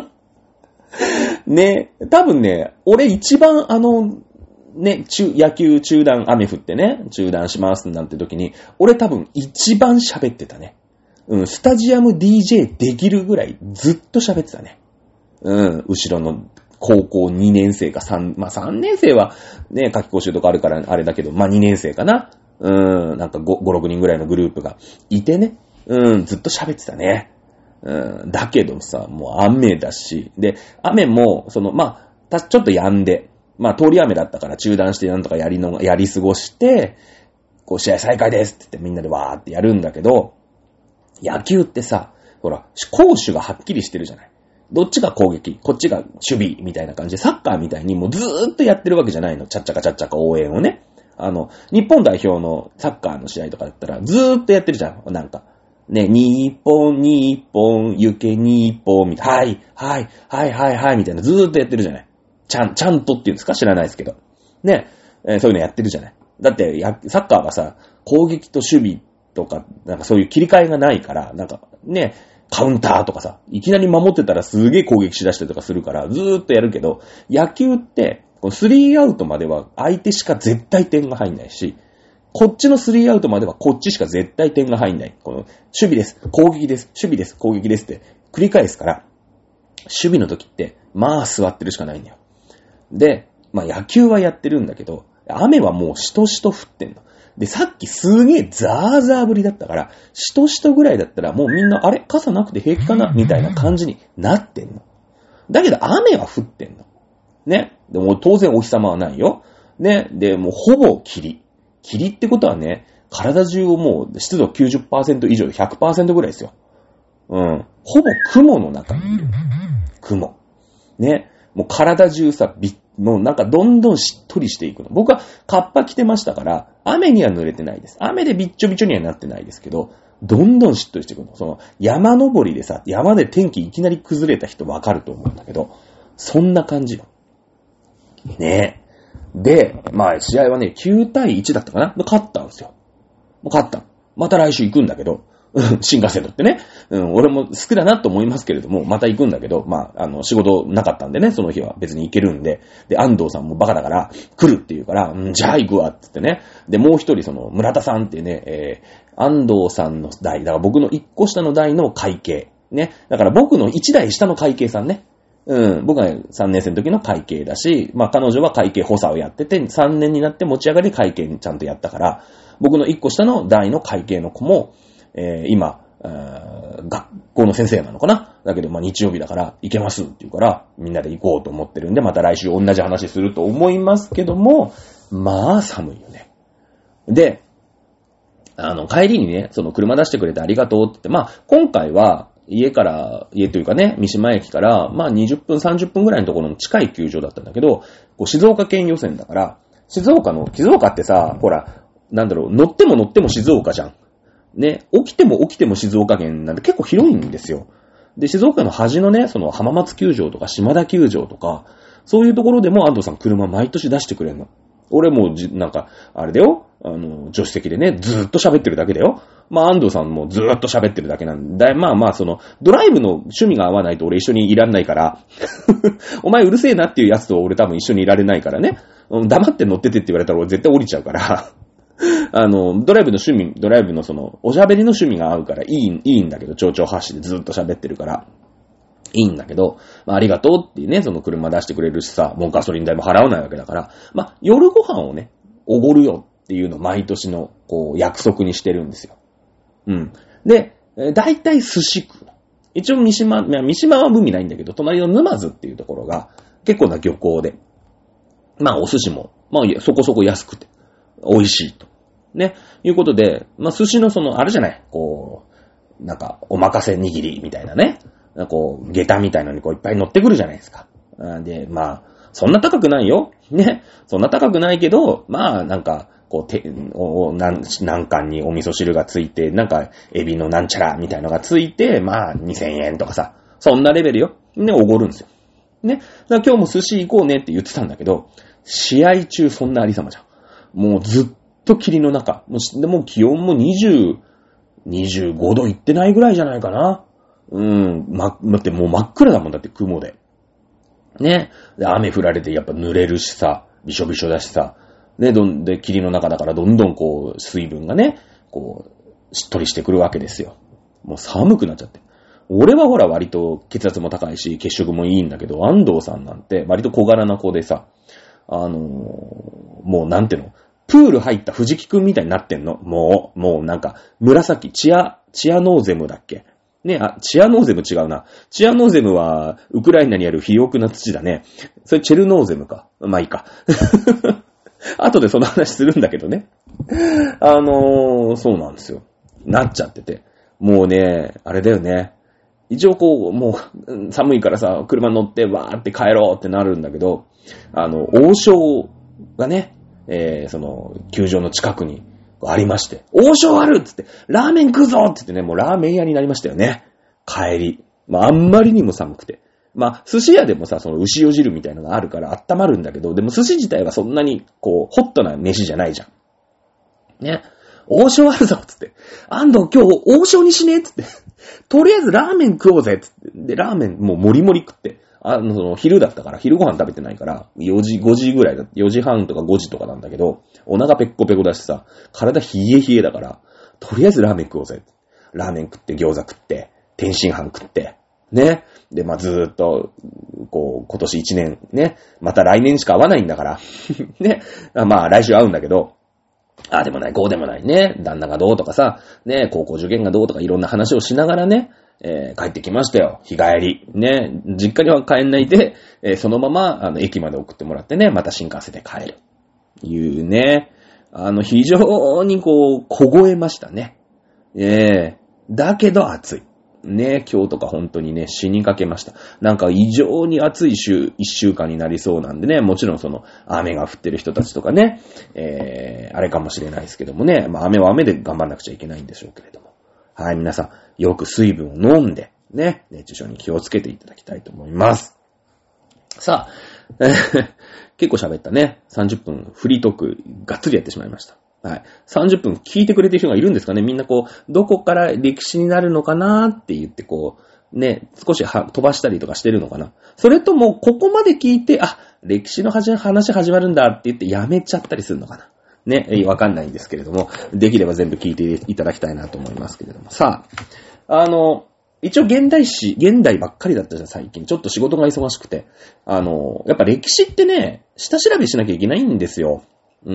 ね、多分ね、俺一番あの、ね、中、野球中断、雨降ってね、中断しますなんて時に、俺多分一番喋ってたね。うん、スタジアム ディージェー できるぐらいずっと喋ってたね。うん、後ろの高校にねん生かさん、まあさんねん生はね、夏期講習とかあるからあれだけど、まあにねん生かな。うん、なんかご、ろくにんぐらいのグループがいてね、うん、ずっと喋ってたね。うん、だけどさ、もう雨だし、で、雨も、その、まあ、た、ちょっと止んで、まあ通り雨だったから中断してなんとかやりの、やり過ごして、こう試合再開ですって言ってみんなでわーってやるんだけど、野球ってさ、ほら、攻守がはっきりしてるじゃない。どっちが攻撃、こっちが守備みたいな感じで、サッカーみたいにもうずーっとやってるわけじゃないの。ちゃっちゃかちゃっちゃか応援をね。あの、日本代表のサッカーの試合とかだったら、ずーっとやってるじゃん。なんか。ね、日本、日本、行け日本、みたいな。はい、はい、はい、はい、はい、みたいな。ずーっとやってるじゃない。ちゃん、ちゃんとっていうんですか知らないですけど。ね、えー、そういうのやってるじゃない。だってや、サッカーはさ、攻撃と守備とか、なんかそういう切り替えがないから、なんかね、カウンターとかさ、いきなり守ってたらすげえ攻撃しだしたりとかするから、ずーっとやるけど、野球って、スリーアウトまでは相手しか絶対点が入んないし、こっちのスリーアウトまではこっちしか絶対点が入んない。この、守備です、攻撃です、守備です、攻撃ですって繰り返すから、守備の時って、まあ座ってるしかないんだよ。で、まあ野球はやってるんだけど、雨はもうしとしと降ってんの。で、さっきすげえザーザー降りだったから、しとしとぐらいだったらもうみんな、あれ傘なくて平気かなみたいな感じになってんの。だけど雨は降ってんの。ね。でも当然お日様はないよ。ね。で、もうほぼ霧。霧ってことはね、体中をもう湿度 きゅうじゅっパーセント 以上で ひゃくパーセント ぐらいですよ。うん。ほぼ雲の中にいる。雲。ね。もう体中さ、びっもうなんかどんどんしっとりしていくの。僕はカッパ着てましたから、雨には濡れてないです。雨でびっちょびちょにはなってないですけど、どんどんしっとりしていくの。その山登りでさ、山で天気いきなり崩れた人わかると思うんだけど、そんな感じよ。ねえ。で、まあ試合はね、きゅうたいいちだったかな。勝ったんですよ。もう勝った。また来週行くんだけど、新幹線乗ってね、うん、俺も好きだなと思いますけれども、また行くんだけど、まあ、あの、仕事なかったんでね、その日は別に行けるんで、で、安藤さんもバカだから、来るって言うから、うん、じゃあ行くわって言ってね、で、もう一人その、村田さんってね、えー、安藤さんの代、だから僕の一個下の代の会計、ね、だから僕の一代下の会計さんね、うん、僕がさんねん生の時の会計だし、まあ彼女は会計補佐をやってて、さんねんになって持ち上がり会計にちゃんとやったから、僕の一個下の代の会計の子も、えー、今、学校の先生なのかなだけど、まあ日曜日だから行けますって言うから、みんなで行こうと思ってるんで、また来週同じ話すると思いますけども、まあ寒いよね。で、あの、帰りにね、その車出してくれてありがとうって言って、まあ今回は家から、家というかね、三島駅から、まあにじゅっぷん、さんじゅっぷんぐらいのところの近い球場だったんだけど、こう静岡県予選だから、静岡の、静岡ってさ、ほら、なんだろう、乗っても乗っても静岡じゃん。ね、起きても起きても静岡県なんで結構広いんですよ。で、静岡の端のね、その浜松球場とか島田球場とか、そういうところでも安藤さん車毎年出してくれるの。俺もじ、なんか、あれだよ、あの、助手席でね、ずーっと喋ってるだけだよ。まあ安藤さんもずーっと喋ってるだけなんだ。まあまあ、その、ドライブの趣味が合わないと俺一緒にいらんないから、お前うるせえなっていうやつと俺多分一緒にいられないからね。黙って乗っててって言われたら俺絶対降りちゃうから。あの、ドライブの趣味、ドライブのその、おしゃべりの趣味が合うからいい、いいんだけど、蝶々発しでずっと喋ってるから、いいんだけど、まあ、ありがとうっていうね、その車出してくれるしさ、もうガソリン代も払わないわけだから、まあ、夜ご飯をね、おごるよっていうのを毎年の、こう、約束にしてるんですよ。うん。で、だいたい寿司食う。一応三島、三島は海ないんだけど、隣の沼津っていうところが、結構な漁港で、まあ、お寿司も、まあ、そこそこ安くて、美味しいと。 ね。いうことで、まあ、寿司のその、あれじゃない、こう、なんか、おまかせ握りみたいなね。こう、下駄みたいなのにこういっぱい乗ってくるじゃないですか。で、まあ、そんな高くないよ。ね。そんな高くないけど、まあ、なんか、こう、て、お、何、何貫にお味噌汁がついて、なんか、エビのなんちゃらみたいのがついて、まあ、にせんえんとかさ。そんなレベルよ。ね、おごるんですよ。ね。だから今日も寿司行こうねって言ってたんだけど、試合中そんなありさまじゃん。もうずっと霧の中。もう、でも気温もにじゅう、にじゅうごどいってないぐらいじゃないかな。うん。ま、だってもう真っ暗だもんだって雲で。ね。で、雨降られてやっぱ濡れるしさ、びしょびしょだしさ。ね、どんで、霧の中だからどんどんこう、水分がね、こう、しっとりしてくるわけですよ。もう寒くなっちゃって。俺はほら割と血圧も高いし、血色もいいんだけど、安藤さんなんて割と小柄な子でさ、あのー、もうなんていうの、プール入った藤木くんみたいになってんの。もう、もうなんか、紫、チア、チアノーゼムだっけね、あ、チアノーゼム違うな。チアノーゼムは、ウクライナにある肥沃な土だね。それチェルノーゼムか。まあいいか。後でその話するんだけどね。あのー、そうなんですよ。なっちゃってて。もうね、あれだよね。一応こう、もう、寒いからさ、車乗ってわーって帰ろうってなるんだけど、あの、王将がね、えー、その、球場の近くにありまして、王将あるっつって、ラーメン食うぞって言ってね、もうラーメン屋になりましたよね。帰り。まあ、あんまりにも寒くて。まあ、寿司屋でもさ、その牛お汁みたいなのがあるから温まるんだけど、でも寿司自体はそんなに、こう、ホットな飯じゃないじゃん。ね。王将あるぞっつって。安藤今日王将にしねえっつって。とりあえずラーメン食おうぜっつって。で、ラーメンもうもりもり食って。あの、その昼だったから、昼ご飯食べてないから、よじ、ごじぐらいだ、よじはんとかごじとかなんだけど、お腹ペッコペコだしさ、体冷え冷えだから、とりあえずラーメン食おうぜ。ラーメン食って餃子食って、天津飯食って、ね。で、まあ、ずーっと、こう、今年いちねん、ね。また来年しか会わないんだから。ね。まあ、来週会うんだけど、ああでもない、こうでもないね。旦那がどうとかさ、ね、高校受験がどうとかいろんな話をしながらね、えー、帰ってきましたよ。日帰り。ね、実家には帰んないで、えー、そのまま、あの、駅まで送ってもらってね、また新幹線で帰る。いうね、あの、非常にこう、凍えましたね。えー、だけど暑い。ね、今日とか本当にね、死にかけました。なんか異常に暑い週、一週間になりそうなんでね、もちろんその、雨が降ってる人たちとかね、えー、あれかもしれないですけどもね、まあ雨は雨で頑張んなくちゃいけないんでしょうけれども。はい、皆さん、よく水分を飲んで、ね、熱中症に気をつけていただきたいと思います。さあ、えー、結構喋ったね。さんじゅっぷんフリートーク、がっつりやってしまいました。はい。さんじゅっぷん聞いてくれてる人がいるんですかね。みんなこう、どこから歴史になるのかなって言ってこう、ね、少しは飛ばしたりとかしてるのかな。それとも、ここまで聞いて、あ、歴史の話始まるんだって言ってやめちゃったりするのかな。ね、わかんないんですけれども、できれば全部聞いていただきたいなと思いますけれども。さあ、あの、一応現代史、現代ばっかりだったじゃん、最近。ちょっと仕事が忙しくて。あの、やっぱ歴史ってね、下調べしなきゃいけないんですよ。うん。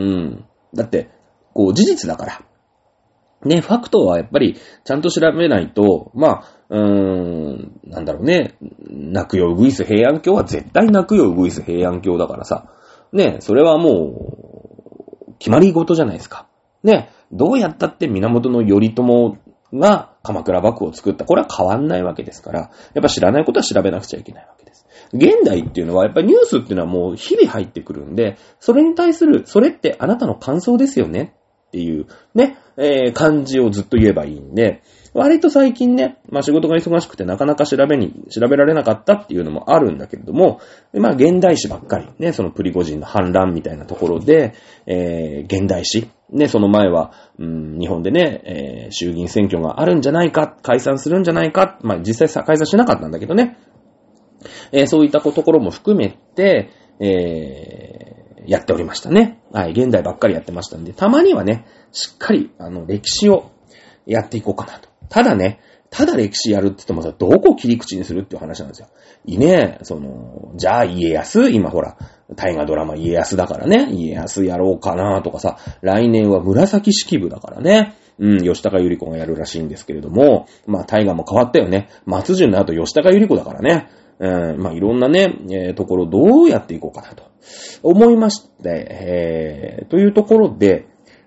だって、こう、事実だから。ね、ファクトはやっぱり、ちゃんと調べないと、まあ、うーん、なんだろうね、泣くよウグイス平安京は絶対泣くよウグイス平安京だからさ。ね、それはもう、決まり事じゃないですか。ね、どうやったって源頼朝が鎌倉幕府を作った。これは変わんないわけですから、やっぱ知らないことは調べなくちゃいけないわけです。現代っていうのは、やっぱりニュースっていうのはもう日々入ってくるんで、それに対する、それってあなたの感想ですよねっていうね、えー、感じをずっと言えばいいんで、割と最近ね、まあ仕事が忙しくてなかなか調べに、調べられなかったっていうのもあるんだけれども、まあ現代史ばっかり、ね、そのプリゴジンの反乱みたいなところで、えー、現代史、ね、その前は、うん、日本でね、えー、衆議院選挙があるんじゃないか、解散するんじゃないか、まあ実際解散しなかったんだけどね、えー、そういったところも含めて、えー、やっておりましたね。はい、現代ばっかりやってましたんで、たまにはね、しっかり、あの、歴史をやっていこうかなと。ただね、ただ歴史やるって言ってもさ、どこを切り口にするっていう話なんですよ。いいね、その、じゃあ家康、今ほら、大河ドラマ家康だからね、家康やろうかなとかさ、来年は紫式部だからね、うん、吉高由里子がやるらしいんですけれども、まあ大河も変わったよね。松潤の後吉高由里子だからね、うん、まあいろんなね、えー、ところどうやっていこうかなと思いまして、えー、というところで、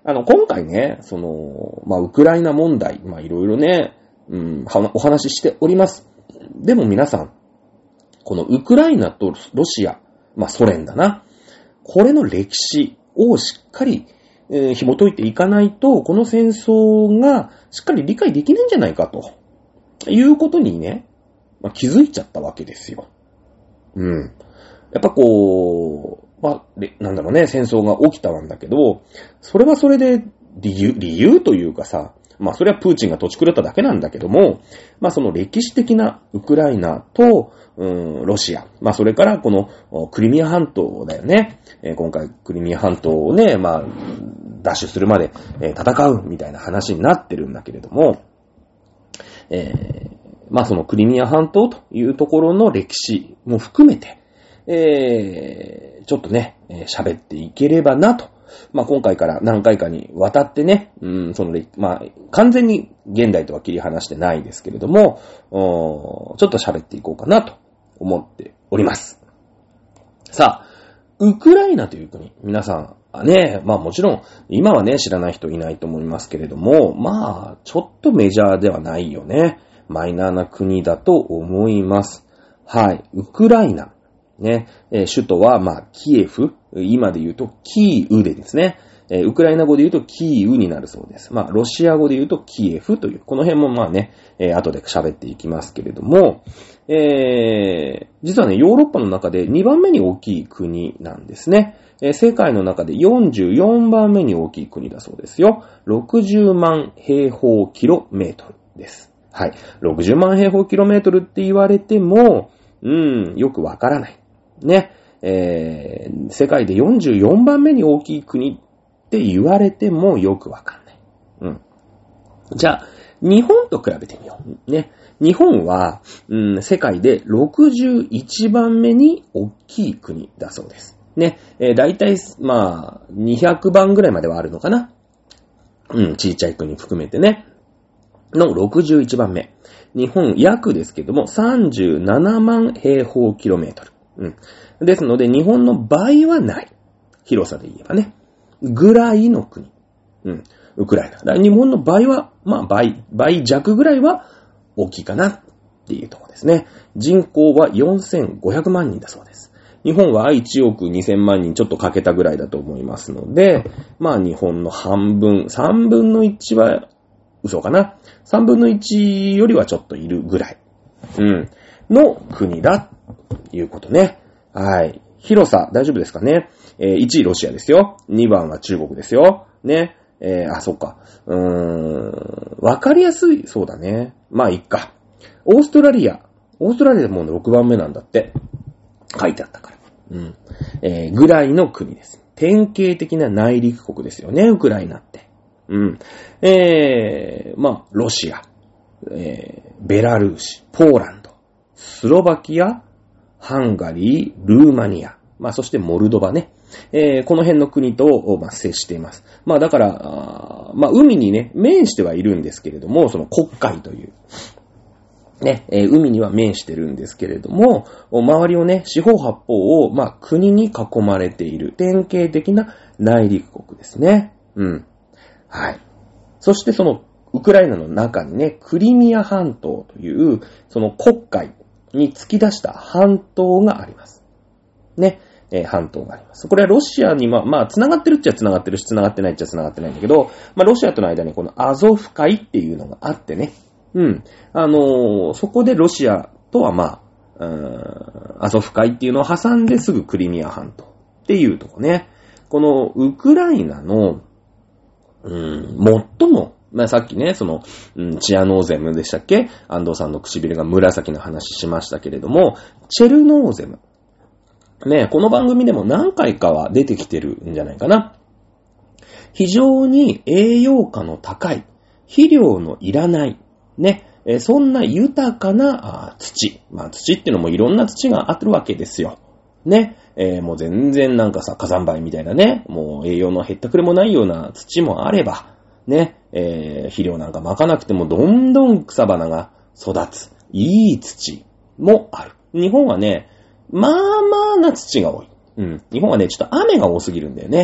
あの、今回ね、その、まあ、ウクライナ問題、まあ、いろいろね、うん、お話ししております。でも皆さん、このウクライナとロシア、まあ、ソ連だな。これの歴史をしっかり、えー、紐解いていかないと、この戦争がしっかり理解できないんじゃないかと、いうことにね、まあ、気づいちゃったわけですよ。うん。やっぱこう、まあ、なんだろうね、戦争が起きたんだけど、それはそれで理由、理由というかさ、まあそれはプーチンが土地狂っただけなんだけども、まあその歴史的なウクライナと、うん、ロシア、まあそれからこのクリミア半島だよね。えー、今回クリミア半島をね、まあ奪取するまで、えー、戦うみたいな話になってるんだけれども、えー、まあそのクリミア半島というところの歴史も含めて、えー、ちょっとね、喋、えー、っていければなと。まあ、今回から何回かにわたってね、うん、その、まあ、完全に現代とは切り離してないですけれども、ちょっと喋っていこうかなと思っております。さあ、ウクライナという国、皆さんね、まあもちろん、今はね、知らない人いないと思いますけれども、まあ、ちょっとメジャーではないよね。マイナーな国だと思います。はい、ウクライナ。ね、えー、首都は、まあ、キエフ。今で言うと、キーウでですね。えー、ウクライナ語で言うと、キーウになるそうです。まあ、ロシア語で言うと、キエフという、この辺もまあね、えー、後で喋っていきますけれども、えー、実はね、ヨーロッパの中でにばんめに大きい国なんですね。えー、世界の中でよんじゅうよんばんめに大きい国だそうですよ。ろくじゅうまん平方キロメートルです。はい。ろくじゅうまん平方キロメートルって言われても、うん、よくわからない。ね、えー、世界でよんじゅうよんばんめに大きい国って言われてもよくわかんない。うん。じゃあ、日本と比べてみよう。ね。日本は、うん、世界でろくじゅういちばんめに大きい国だそうです。ね。えー、だいたい、まあ、にひゃくばんぐらいまではあるのかな。うん、小さい国含めてね。のろくじゅういちばんめ。日本約ですけども、さんじゅうななまん平方キロメートル。うん。ですので、日本の倍はない。広さで言えばね。ぐらいの国。うん。ウクライナ。だから日本の倍は、まあ倍、倍弱ぐらいは大きいかなっていうところですね。人口はよんせんごひゃくまんにんだそうです。日本はいちおくにせんまんにんちょっとかけたぐらいだと思いますので、まあ日本の半分、さんぶんのいちは嘘かな。さんぶんのいちよりはちょっといるぐらい。うん。の国だ。いうことね。はい。広さ、大丈夫ですかね。えー、いちいロシアですよ。にばんは中国ですよ。ね。えー、あ、そっか。うーん。わかりやすい。そうだね。まあ、いっか。オーストラリア。オーストラリアもうろくばんめなんだって。書いてあったから。うん。えー、ぐらいの国です。典型的な内陸国ですよね、ウクライナって。うん。えー、まあ、ロシア。えー、ベラルーシ。ポーランド。スロバキア。ハンガリー、ルーマニア、まあそしてモルドバね、えー、この辺の国と、まあ、接しています。まあだから、あまあ海にね、面してはいるんですけれども、その黒海という、ね、えー、海には面してるんですけれども、周りをね、四方八方を、まあ国に囲まれている典型的な内陸国ですね。うん。はい。そしてその、ウクライナの中にね、クリミア半島という、その黒海、に突き出した半島があります。ね。えー、半島があります。これはロシアにま、まあ、繋がってるっちゃ繋がってるし、繋がってないっちゃ繋がってないんだけど、まあ、ロシアとの間にこのアゾフ海っていうのがあってね。うん。あのー、そこでロシアとはまあ、うーん、アゾフ海っていうのを挟んですぐクリミア半島っていうとこね。このウクライナの、うーん、最もまあさっきね、その、うん、チアノーゼムでしたっけ？安藤さんの唇が紫の話しましたけれども、チェルノーゼム。ね、この番組でも何回かは出てきてるんじゃないかな。非常に栄養価の高い、肥料のいらない、ね、えそんな豊かなあ土。まあ土っていうのもいろんな土があるわけですよ。ね、えー、もう全然なんかさ、火山灰みたいなね、もう栄養の減ったくれもないような土もあれば、ね、えー、肥料なんか撒かなくてもどんどん草花が育つ。いい土もある。日本はね、まあまあな土が多い。うん。日本はね、ちょっと雨が多すぎるんだよね。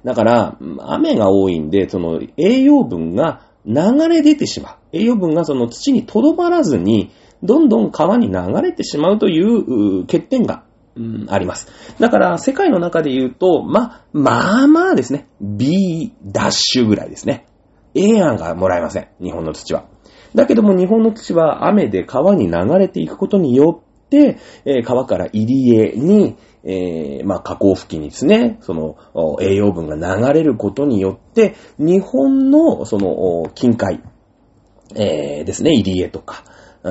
だから、雨が多いんで、その栄養分が流れ出てしまう。栄養分がその土に留まらずに、どんどん川に流れてしまうという欠点が、うん、あります。だから、世界の中で言うと、ま、まあまあですね。B ダッシュぐらいですね。A 案がもらえません。日本の土は。だけども日本の土は雨で川に流れていくことによって、えー、川から入り江に、えー、まあ河口付近にですね、その栄養分が流れることによって、日本のその近海、えー、ですね、入り江とか、うん、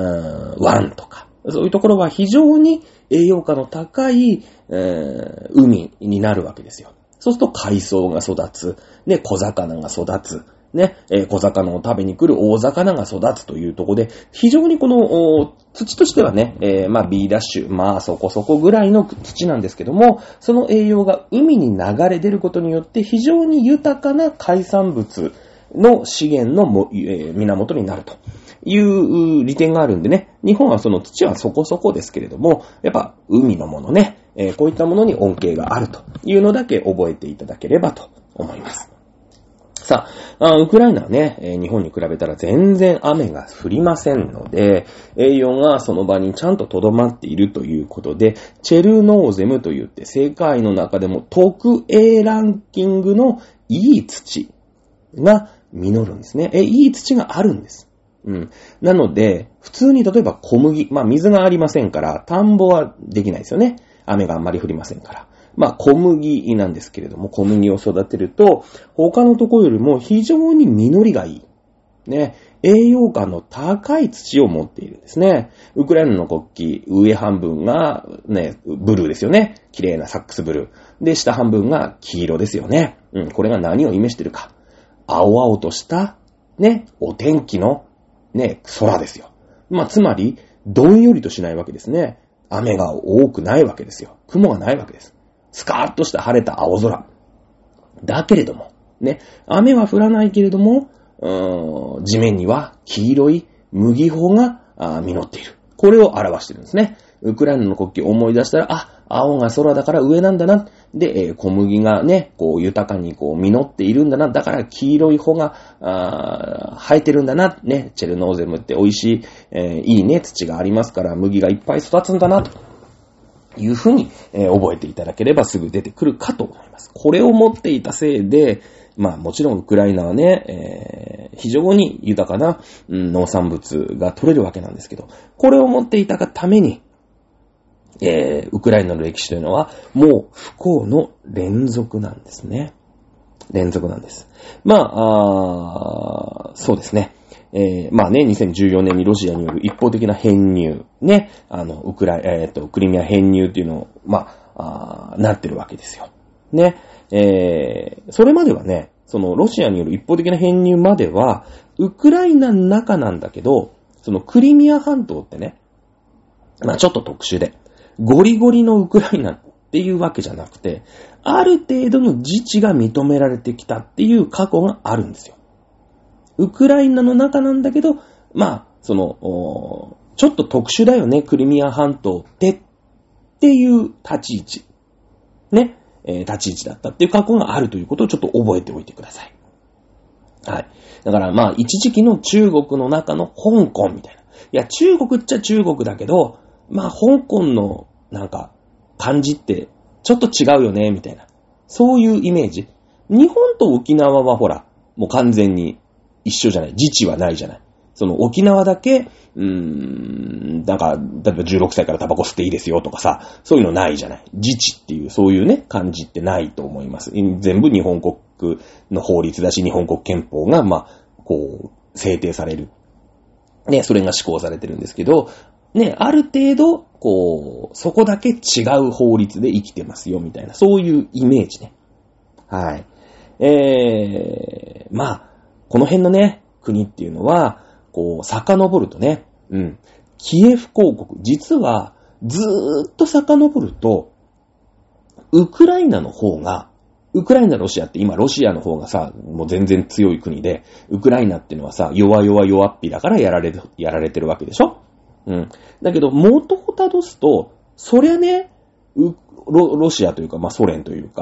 湾とか、そういうところは非常に栄養価の高い、えー、海になるわけですよ。そうすると海藻が育つ、ね、小魚が育つ。ね、えー、小魚を食べに来る大魚が育つというところで、非常にこの土としてはね、えー、まあ B ダッシュ、まあそこそこぐらいの土なんですけども、その栄養が海に流れ出ることによって非常に豊かな海産物の資源のも、えー、源になるという利点があるんでね、日本はその土はそこそこですけれども、やっぱ海のものね、えー、こういったものに恩恵があるというのだけ覚えていただければと思います。さあ、ウクライナはね、日本に比べたら全然雨が降りませんので、栄養がその場にちゃんと留まっているということで、チェルノーゼムといって世界の中でも特 A ランキングのいい土が実るんですね。え、いい土があるんです。うん。なので、普通に例えば小麦、まあ水がありませんから、田んぼはできないですよね。雨があんまり降りませんから。まあ小麦なんですけれども、小麦を育てると、他のところよりも非常に実りがいい。ね。栄養価の高い土を持っているんですね。ウクライナの国旗、上半分がね、ブルーですよね。綺麗なサックスブルー。で、下半分が黄色ですよね。うん、これが何を意味しているか。青々とした、ね、お天気の、ね、空ですよ。まあ、つまり、どんよりとしないわけですね。雨が多くないわけですよ。雲がないわけです。スカーッとした晴れた青空。だけれども、ね、雨は降らないけれども、うーん、地面には黄色い麦穂が実っている。これを表しているんですね。ウクライナの国旗を思い出したら、あ、青が空だから上なんだな。で、えー、小麦がね、こう豊かにこう実っているんだな。だから黄色い穂があ生えてるんだな。ね、チェルノーゼムって美味しい、えー、いいね、土がありますから麦がいっぱい育つんだなというふうに、えー、覚えていただければすぐ出てくるかと思います。これを持っていたせいで、まあもちろんウクライナはね、えー、非常に豊かな、うん、農産物が取れるわけなんですけど、これを持っていたがために、えー、ウクライナの歴史というのはもう不幸の連続なんですね。連続なんです。まあ、あそうですね。えー、まあね、にせんじゅうよねんにロシアによる一方的な編入、ね、あの、ウクライ、えっと、クリミア編入っていうのを、まあ、あなってるわけですよ。ね。えー、それまではね、そのロシアによる一方的な編入までは、ウクライナの中なんだけど、そのクリミア半島ってね、まあちょっと特殊で、ゴリゴリのウクライナっていうわけじゃなくて、ある程度の自治が認められてきたっていう過去があるんですよ。ウクライナの中なんだけど、まあ、その、ちょっと特殊だよね、クリミア半島ってっていう立ち位置。ね、えー、立ち位置だったっていう過去があるということをちょっと覚えておいてください。はい。だからまあ、一時期の中国の中の香港みたいな。いや、中国っちゃ中国だけど、まあ、香港のなんか感じってちょっと違うよね、みたいな。そういうイメージ。日本と沖縄はほら、もう完全に一緒じゃない。自治はないじゃない。その沖縄だけ、うーん、なんか、例えばじゅうろくさいからタバコ吸っていいですよとかさ、そういうのないじゃない。自治っていう、そういうね、感じってないと思います。全部日本国の法律だし、日本国憲法が、まあ、こう、制定される。ね、それが施行されてるんですけど、ね、ある程度、こう、そこだけ違う法律で生きてますよ、みたいな、そういうイメージね。はい。えー、まあ、この辺のね、国っていうのは、こう、遡るとね、うん、キエフ公国、実は、ずーっと遡ると、ウクライナの方が、ウクライナ、ロシアって今ロシアの方がさ、もう全然強い国で、ウクライナっていうのはさ、弱々弱っぴだからやられる、やられてるわけでしょ？うん。だけど、元をたどすと、そりゃね、ロ、ロシアというか、まあ、ソ連というか、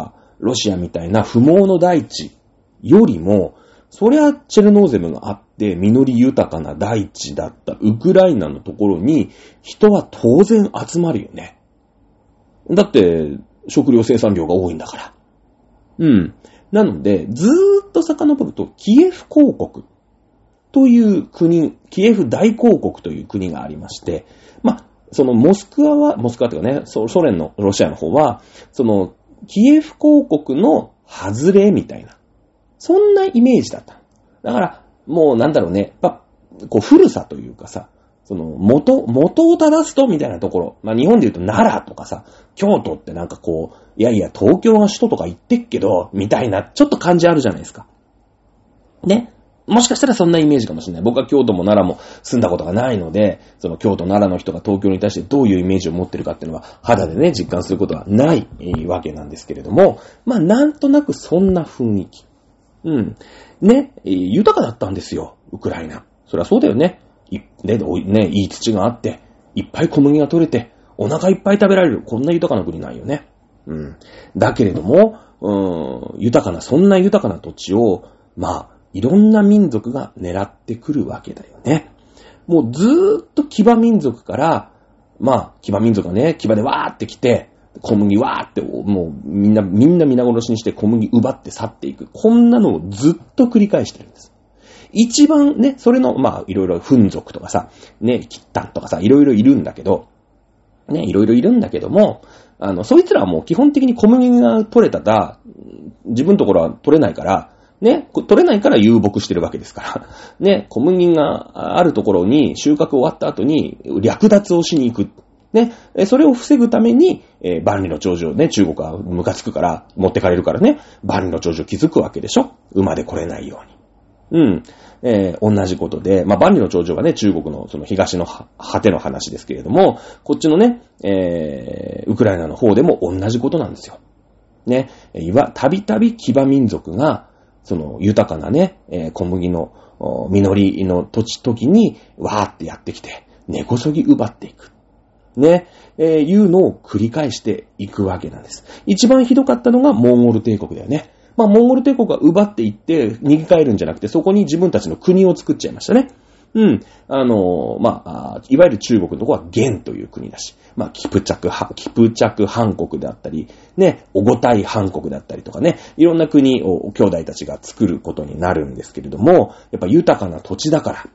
ロシアみたいな不毛の大地よりも、そりゃチェルノーゼムがあって実り豊かな大地だったウクライナのところに人は当然集まるよね。だって食料生産量が多いんだから。うん。なので、ずーっと遡るとキエフ公国という国、キエフ大公国という国がありまして、まあ、そのモスクワは、モスクワというかね、ソ連のロシアの方は、そのキエフ公国の外れみたいな、そんなイメージだった。だから、もうなんだろうね、やっぱこう古さというかさ、その元、元を正すとみたいなところ、まあ日本で言うと奈良とかさ、京都ってなんかこう、いやいや東京が首都とか言ってっけど、みたいなちょっと感じあるじゃないですか。ね。もしかしたらそんなイメージかもしれない。僕は京都も奈良も住んだことがないので、その京都奈良の人が東京に対してどういうイメージを持ってるかっていうのは肌でね、実感することはないわけなんですけれども、まあなんとなくそんな雰囲気。うん。ね、豊かだったんですよ、ウクライナ。そりゃそうだよね。い、ね、ね、いい土があって、いっぱい小麦が取れて、お腹いっぱい食べられる。こんな豊かな国ないよね。うん。だけれども、うん、豊かな、そんな豊かな土地を、まあ、いろんな民族が狙ってくるわけだよね。もうずーっと騎馬民族から、まあ、騎馬民族がね、騎馬でわーって来て、小麦わーって、もうみんな、みんな皆殺しにして小麦奪って去っていく。こんなのをずっと繰り返してるんです。一番ね、それの、まあ、いろいろフン族とかさ、ね、キッタンとかさ、いろいろいるんだけど、ね、いろいろいるんだけども、あの、そいつらはもう基本的に小麦が取れたら、自分のところは取れないから、ね、取れないから遊牧してるわけですから。ね、小麦があるところに収穫終わった後に略奪をしに行く。ね、それを防ぐために、えー、万里の長城ね、中国はムカつくから、持ってかれるからね、万里の長城築くわけでしょ。馬で来れないように。うん。えー、同じことで、まあ、万里の長城はね、中国のその東の果ての話ですけれども、こっちのね、えー、ウクライナの方でも同じことなんですよ。ね、いわ、たびたび騎馬民族が、その豊かなね、えー、小麦の実りの土地時にわーってやってきて根こそぎ奪っていく。ね、えー、いうのを繰り返していくわけなんです。一番ひどかったのがモンゴル帝国だよね。まあモンゴル帝国が奪っていって逃げ帰るんじゃなくてそこに自分たちの国を作っちゃいましたね。うん。あのー、まあ、いわゆる中国のところは元という国だし、まあ、キプチャク、キプチャク汗国であったり、ね、オゴタイ汗国であったりとかね、いろんな国を兄弟たちが作ることになるんですけれども、やっぱ豊かな土地だから、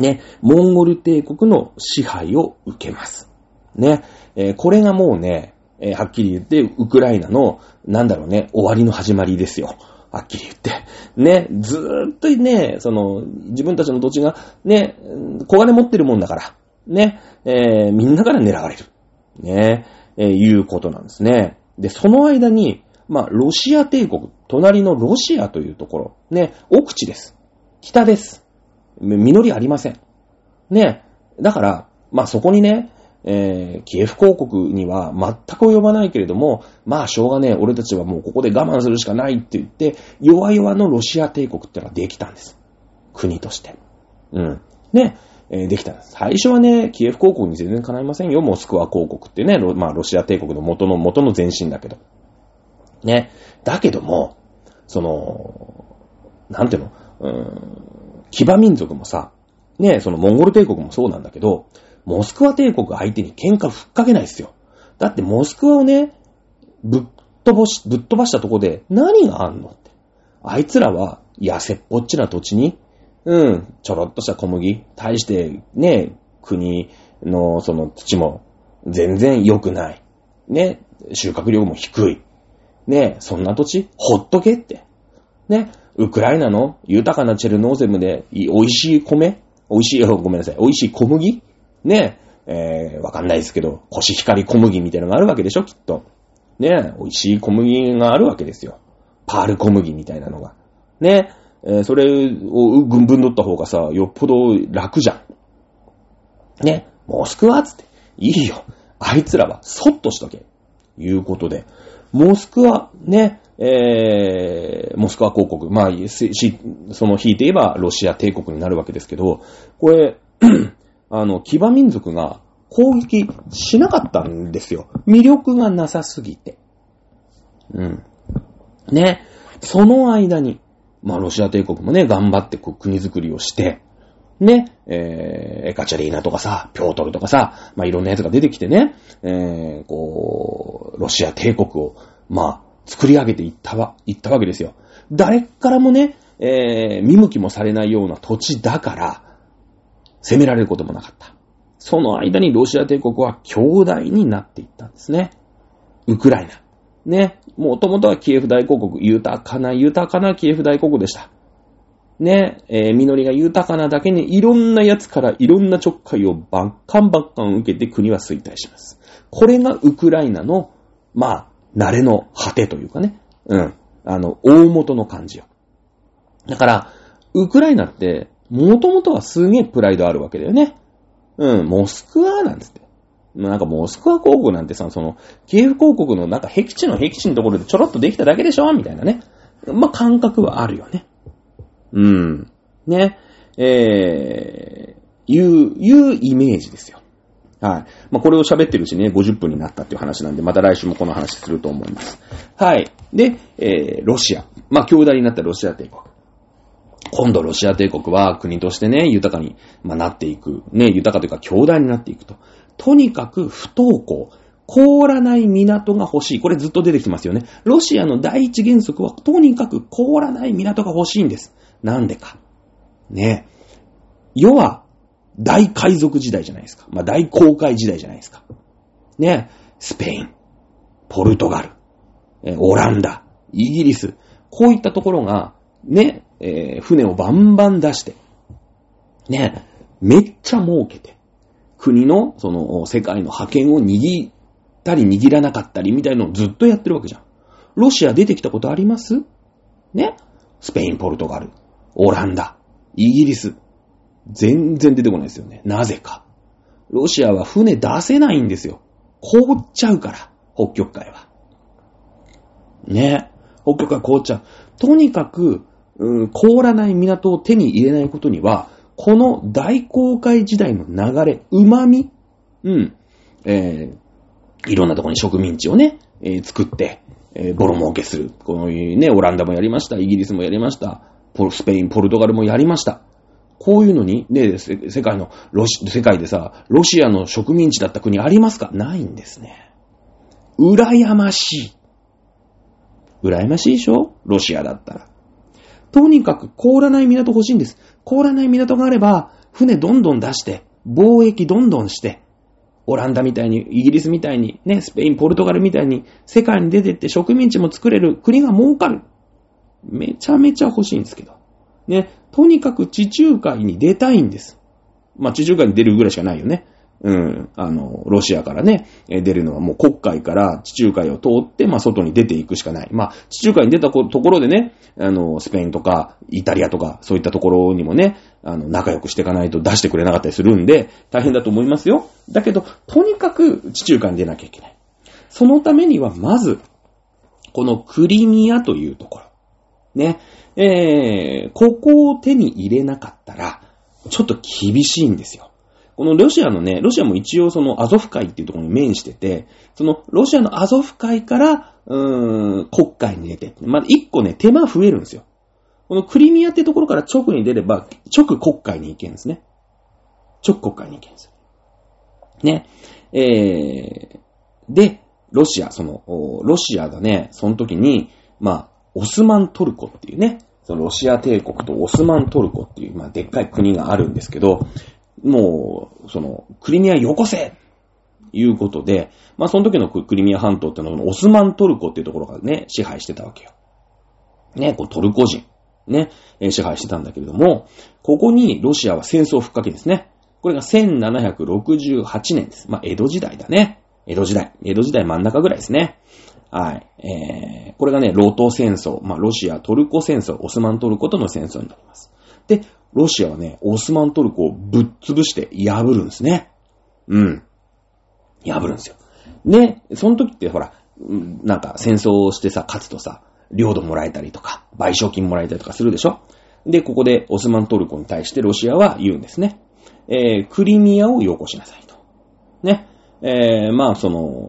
ね、モンゴル帝国の支配を受けます。ね、えー、これがもうね、えー、はっきり言って、ウクライナの、なんだろうね、終わりの始まりですよ。はっきり言って。ね、ずーっとね、その、自分たちの土地が、ね、小金持ってるもんだから、ね、えー、みんなから狙われる。ね、えー、いうことなんですね。で、その間に、まあ、ロシア帝国、隣のロシアというところ、ね、奥地です。北です。実りありません。ね、だから、まあ、そこにね、えー、キエフ公国には全く及ばないけれども、まあしょうがねえ、俺たちはもうここで我慢するしかないって言って、弱々のロシア帝国ってのはできたんです。国として。うん。ね、えー、できたんです。最初はね、キエフ公国に全然叶いませんよ、モスクワ公国ってね、まあロシア帝国の元の元の前身だけど。ね。だけども、その、なんていうの、うーん、騎馬民族もさ、ね、そのモンゴル帝国もそうなんだけど、モスクワ帝国相手に喧嘩ふっかけないですよ。だってモスクワをね、ぶっ飛ばし、ぶっ飛ばしたとこで何があんのって。あいつらは痩せっぽっちな土地に、うん、ちょろっとした小麦、対してね、国のその土も全然良くない。ね、収穫量も低い。ね、そんな土地、ほっとけって。ね、ウクライナの豊かなチェルノーゼムで美味しい米、美味しい、ごめんなさい、美味しい小麦ねえ、えー、わかんないですけど、コシヒカリ小麦みたいなのがあるわけでしょ、きっと。ねえ、美味しい小麦があるわけですよ。パール小麦みたいなのが。ねえ、えー、それをぐんぶん取った方がさ、よっぽど楽じゃん。ね、モスクワつって、いいよ。あいつらはそっとしとけ。いうことで。モスクワ、ね、えー、モスクワ公国、まあ、その引いて言えばロシア帝国になるわけですけど、これ、あの、騎馬民族が攻撃しなかったんですよ。魅力がなさすぎて。うん。 ね。その間に、まあロシア帝国もね、頑張ってこう国づくりをして、ね、えー、エカチャリーナとかさ、ピョートルとかさ、まあいろんなやつが出てきてね、えー、こう、ロシア帝国を、まあ、作り上げていったわ、いったわけですよ。誰からもね、えー、見向きもされないような土地だから、攻められることもなかった。その間にロシア帝国は強大になっていったんですね。ウクライナ。ね。もともとはキエフ大公国、豊かな豊かなキエフ大国でした。ね。えー、実りが豊かなだけにいろんなやつからいろんなちょっかいをバッカンバッカン受けて国は衰退します。これがウクライナの、まあ、慣れの果てというかね。うん。あの、大元の感じよ。だから、ウクライナって、もともとはすげえプライドあるわけだよね。うん、モスクワなんつって。なんかモスクワ公国なんてさ、その、キエフ公国のなんか僻地の僻地のところでちょろっとできただけでしょみたいなね。まあ、感覚はあるよね。うん。ね。えー、いう、いうイメージですよ。はい。まあ、これを喋ってるうちにね、ごじゅっぷんになったっていう話なんで、また来週もこの話すると思います。はい。で、えー、ロシア。まあ、強大になったロシア帝国。今度ロシア帝国は国としてね、豊かに、まあ、なっていく。ね、豊かというか強大になっていくと。とにかく不凍港。凍らない港が欲しい。これずっと出てきますよね。ロシアの第一原則は、とにかく凍らない港が欲しいんです。なんでか。ね。要は、大海賊時代じゃないですか。まあ、大航海時代じゃないですか。ね。スペイン、ポルトガル、えオランダ、イギリス。こういったところが、ね、えー、船をバンバン出して、ね、めっちゃ儲けて、国の、その、世界の覇権を握ったり握らなかったりみたいのをずっとやってるわけじゃん。ロシア出てきたことあります？ね。スペイン、ポルトガル、オランダ、イギリス。全然出てこないですよね。なぜか。ロシアは船出せないんですよ。凍っちゃうから、北極海は。ね。北極海凍っちゃう。とにかく、うん、凍らない港を手に入れないことには、この大航海時代の流れ、旨味、うん、えー、いろんなところに植民地をね、えー、作って、えー、ボロ儲けする。このね、オランダもやりました。イギリスもやりました。ポルスペイン、ポルトガルもやりました。こういうのに、ね、世界の、ロシ、世界でさ、ロシアの植民地だった国ありますか？ないんですね。羨ましい。羨ましいでしょ？ロシアだったら。とにかく凍らない港欲しいんです。凍らない港があれば、船どんどん出して、貿易どんどんして、オランダみたいに、イギリスみたいに、ね、スペイン、ポルトガルみたいに、世界に出てって植民地も作れる国が儲かる。めちゃめちゃ欲しいんですけど。ね、とにかく地中海に出たいんです。まあ、地中海に出るぐらいしかないよね。うん。あの、ロシアからね、出るのはもう黒海から地中海を通って、まあ、外に出ていくしかない。まあ、地中海に出たところでね、あの、スペインとか、イタリアとか、そういったところにもね、あの、仲良くしていかないと出してくれなかったりするんで、大変だと思いますよ。だけど、とにかく地中海に出なきゃいけない。そのためには、まず、このクリミアというところ。ね。えー、ここを手に入れなかったら、ちょっと厳しいんですよ。このロシアのね、ロシアも一応そのアゾフ海っていうところに面してて、そのロシアのアゾフ海から、うーん、黒海に出て、まだ一個ね、手間増えるんですよ。このクリミアってところから直に出れば、直黒海に行けるんですね。直黒海に行けるんですよ。ね。えー、で、ロシア、その、ロシアがね、その時に、まあ、オスマントルコっていうね、そのロシア帝国とオスマントルコっていう、まあ、でっかい国があるんですけど、もう、その、クリミアよこせいうことで、まあ、その時のクリミア半島っていうのは、オスマントルコっていうところがね、支配してたわけよ。ね、こうトルコ人、ね、支配してたんだけれども、ここにロシアは戦争復活ですね。これがせんななひゃくろくじゅうはちねんです。まあ、江戸時代だね。江戸時代。江戸時代真ん中ぐらいですね。はい。えー、これがね、ロト戦争。まあ、ロシア、トルコ戦争、オスマントルコとの戦争になります。で、ロシアはね、オスマントルコをぶっ潰して破るんですね。うん。破るんですよ。ね、その時ってほら、なんか戦争をしてさ、勝つとさ、領土もらえたりとか、賠償金もらえたりとかするでしょ？で、ここでオスマントルコに対してロシアは言うんですね。えー、クリミアをよこしなさいと。ね。えー、まあ、その、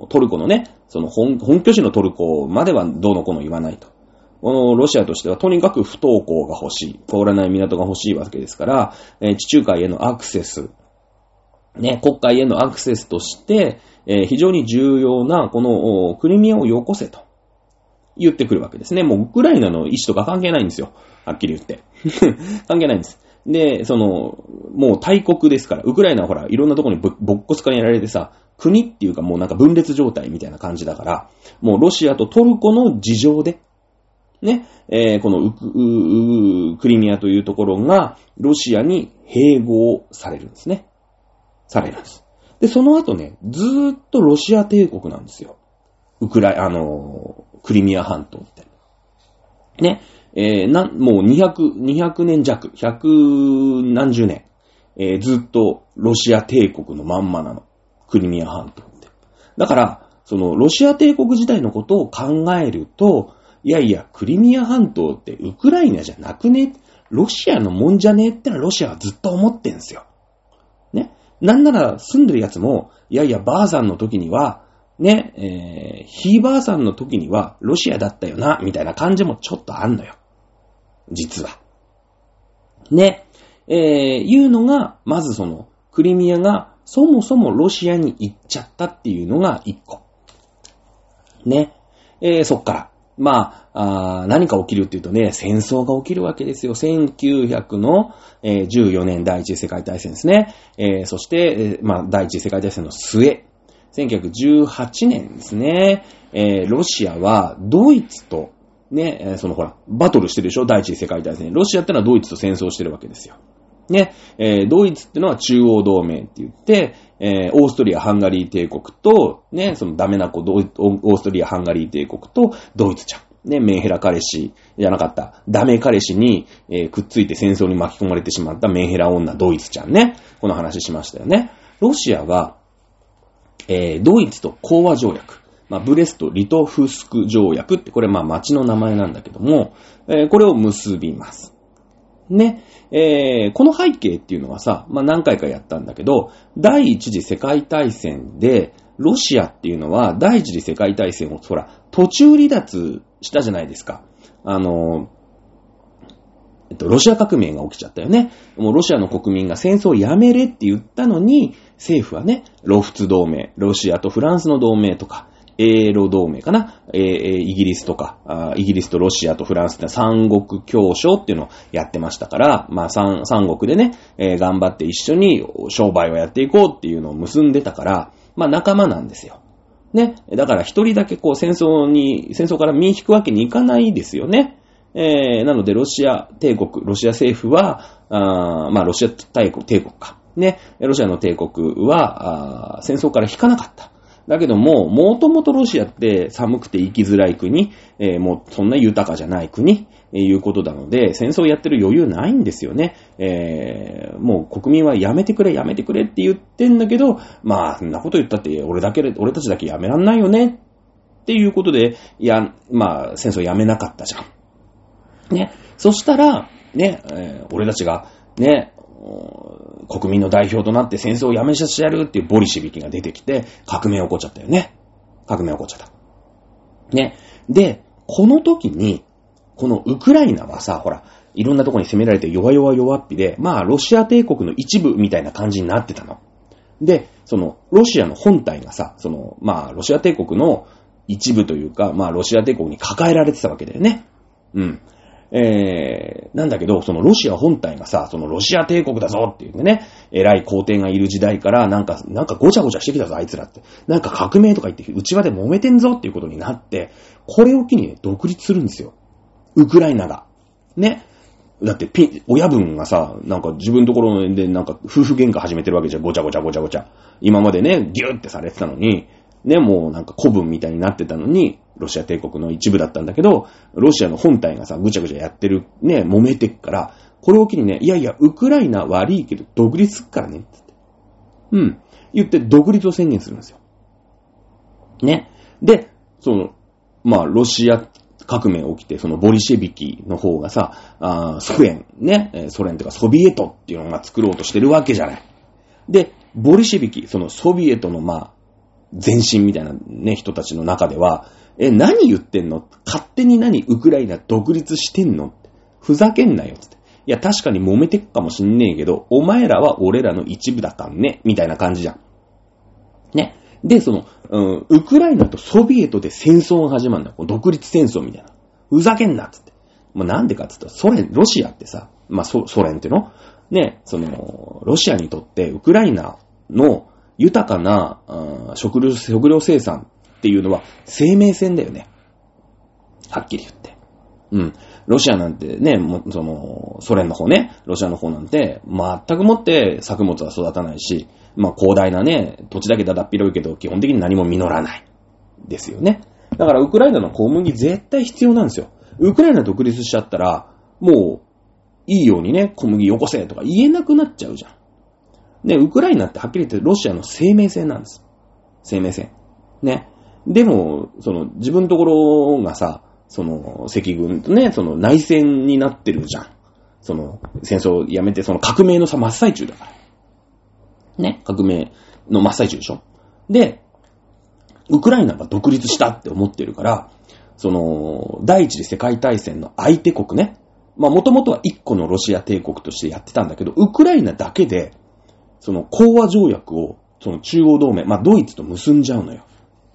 の、トルコのね、その本、本拠地のトルコまではどうのこうの言わないと。このロシアとしてはとにかく不凍港が欲しい。凍らない港が欲しいわけですから、えー、地中海へのアクセス、ね、国海へのアクセスとして、えー、非常に重要なこのクリミアをよこせと言ってくるわけですね。もうウクライナの意思とか関係ないんですよ。はっきり言って。関係ないんです。で、その、もう大国ですから、ウクライナはほら、いろんなところにボッコスカにやられてさ、国っていうかもうなんか分裂状態みたいな感じだから、もうロシアとトルコの事情で、ね、えー、このウク、ううクリミアというところが、ロシアに併合されるんですね。されるんです。で、その後ね、ずーっとロシア帝国なんですよ。ウクライ、あのー、クリミア半島って。ね。えー、な、もうにひゃく、にひゃくねん弱、ひゃくなんじゅうねん、えー、ずっとロシア帝国のまんまなの。クリミア半島って。だから、その、ロシア帝国時代のことを考えると、いやいや、クリミア半島ってウクライナじゃなくね？ロシアのもんじゃねえってのはロシアはずっと思ってんすよ。ね。なんなら住んでるやつも、いやいや、ばあさんの時には、ね、えー、ひいばあさんの時にはロシアだったよな、みたいな感じもちょっとあんのよ。実は。ね、えー、いうのが、まずその、クリミアがそもそもロシアに行っちゃったっていうのが一個。ね、えー、そっから。まあ、あ何か起きるっていうとね、戦争が起きるわけですよ。せんきゅうひゃくの、えー、じゅうよねん第一次世界大戦ですね。えー、そして、えー、まあ、第一次世界大戦の末、せんきゅうひゃくじゅうはちねんですね。えー、ロシアはドイツと、ね、えー、そのほら、バトルしてるでしょ？第一次世界大戦。ロシアってのはドイツと戦争してるわけですよ。ね、えー、ドイツってのは中央同盟って言って、えー、オーストリア・ハンガリー帝国と、ね、そのダメな子、オーストリア・ハンガリー帝国とドイツちゃん。ね、メンヘラ彼氏じゃなかった。ダメ彼氏に、えー、くっついて戦争に巻き込まれてしまったメンヘラ女、ドイツちゃんね。この話しましたよね。ロシアは、えー、ドイツと講和条約。まあ、ブレスト・リトフスク条約って、これまあ町の名前なんだけども、えー、これを結びます。ね。えー、この背景っていうのはさ、まあ、何回かやったんだけど、第一次世界大戦で、ロシアっていうのは、第一次世界大戦を、ほら、途中離脱したじゃないですか。あの、えっと、ロシア革命が起きちゃったよね。もうロシアの国民が戦争をやめれって言ったのに、政府はね、ロフツ同盟、ロシアとフランスの同盟とか、英ロ同盟かな、えー、イギリスとかあ、イギリスとロシアとフランスって三国協商っていうのをやってましたから、まあ三、三国でね、えー、頑張って一緒に商売をやっていこうっていうのを結んでたから、まあ仲間なんですよ。ね。だから一人だけこう戦争に、戦争から身引くわけにいかないですよね。えー、なのでロシア帝国、ロシア政府は、あまあロシア帝国、帝国か。ね。ロシアの帝国は、あ戦争から引かなかった。だけども、もともとロシアって寒くて生きづらい国、えー、もうそんな豊かじゃない国、えー、いうことなので、戦争をやってる余裕ないんですよね。えー、もう国民はやめてくれ、やめてくれって言ってんだけど、まあ、そんなこと言ったって俺だけで、俺たちだけやめらんないよねっていうことで、いや、まあ、戦争やめなかったじゃん。ね。そしたら、ね、えー、俺たちが、ね、国民の代表となって戦争をやめさせてやるっていうボリシェビキが出てきて革命起こっちゃったよね。革命起こっちゃった。ね。で、この時に、このウクライナはさ、ほら、いろんなところに攻められて弱々弱っぴで、まあロシア帝国の一部みたいな感じになってたの。で、そのロシアの本体がさ、その、まあロシア帝国の一部というか、まあロシア帝国に抱えられてたわけだよね。うん。えー、なんだけど、そのロシア本体がさ、そのロシア帝国だぞって言ってね、偉い皇帝がいる時代から、なんか、なんかごちゃごちゃしてきたぞ、あいつらって。なんか革命とか言って、内輪で揉めてんぞっていうことになって、これを機にね、独立するんですよ。ウクライナが。ね。だってピ、親分がさ、なんか自分のところでなんか夫婦喧嘩始めてるわけじゃん。ごちゃごちゃごちゃごちゃ。今までね、ギューってされてたのに、ね、もうなんか古文みたいになってたのに、ロシア帝国の一部だったんだけど、ロシアの本体がさ、ぐちゃぐちゃやってる、ね、揉めてっから、これを機にね、いやいや、ウクライナ悪いけど、独立すっからね、つって。うん。言って、独立を宣言するんですよ。ね。で、その、まあ、ロシア革命起きて、そのボリシェビキの方がさ、あソ連、ね、ソ連とかソビエトっていうのが作ろうとしてるわけじゃない。で、ボリシェビキ、そのソビエトのまあ、 前身みたいなね、人たちの中では、え、何言ってんの？勝手に何ウクライナ独立してんの？ふざけんなよつって。いや、確かに揉めてっかもしんねえけど、お前らは俺らの一部だかんね、みたいな感じじゃん。ね。で、その、うん、ウクライナとソビエトで戦争が始まるんだよ。独立戦争みたいな。ふざけんなっつって。まあ、なんでかっつったら、ソ連、ロシアってさ、まあ、ソ, ソ連ってのね、その、ロシアにとってウクライナの豊かな、うん、食料、食料生産っていうのは生命線だよね。はっきり言って。うん。ロシアなんてね、もその、ソ連の方ね、ロシアの方なんて、全くもって作物は育たないし、まあ広大なね、土地だけだだっ広いけど、基本的に何も実らない。ですよね。だからウクライナの小麦絶対必要なんですよ。ウクライナ独立しちゃったら、もう、いいようにね、小麦よこせとか言えなくなっちゃうじゃん。ね、ウクライナってはっきり言ってロシアの生命線なんです。生命線。ね。でも、その、自分のところがさ、その、赤軍とね、その内戦になってるじゃん。その、戦争をやめて、その革命のさ、真っ最中だから。ね。革命の真っ最中でしょ。で、ウクライナが独立したって思ってるから、その、第一次世界大戦の相手国ね。まあ、もともとは一個のロシア帝国としてやってたんだけど、ウクライナだけで、その、講和条約を、その中央同盟、まあ、ドイツと結んじゃうのよ。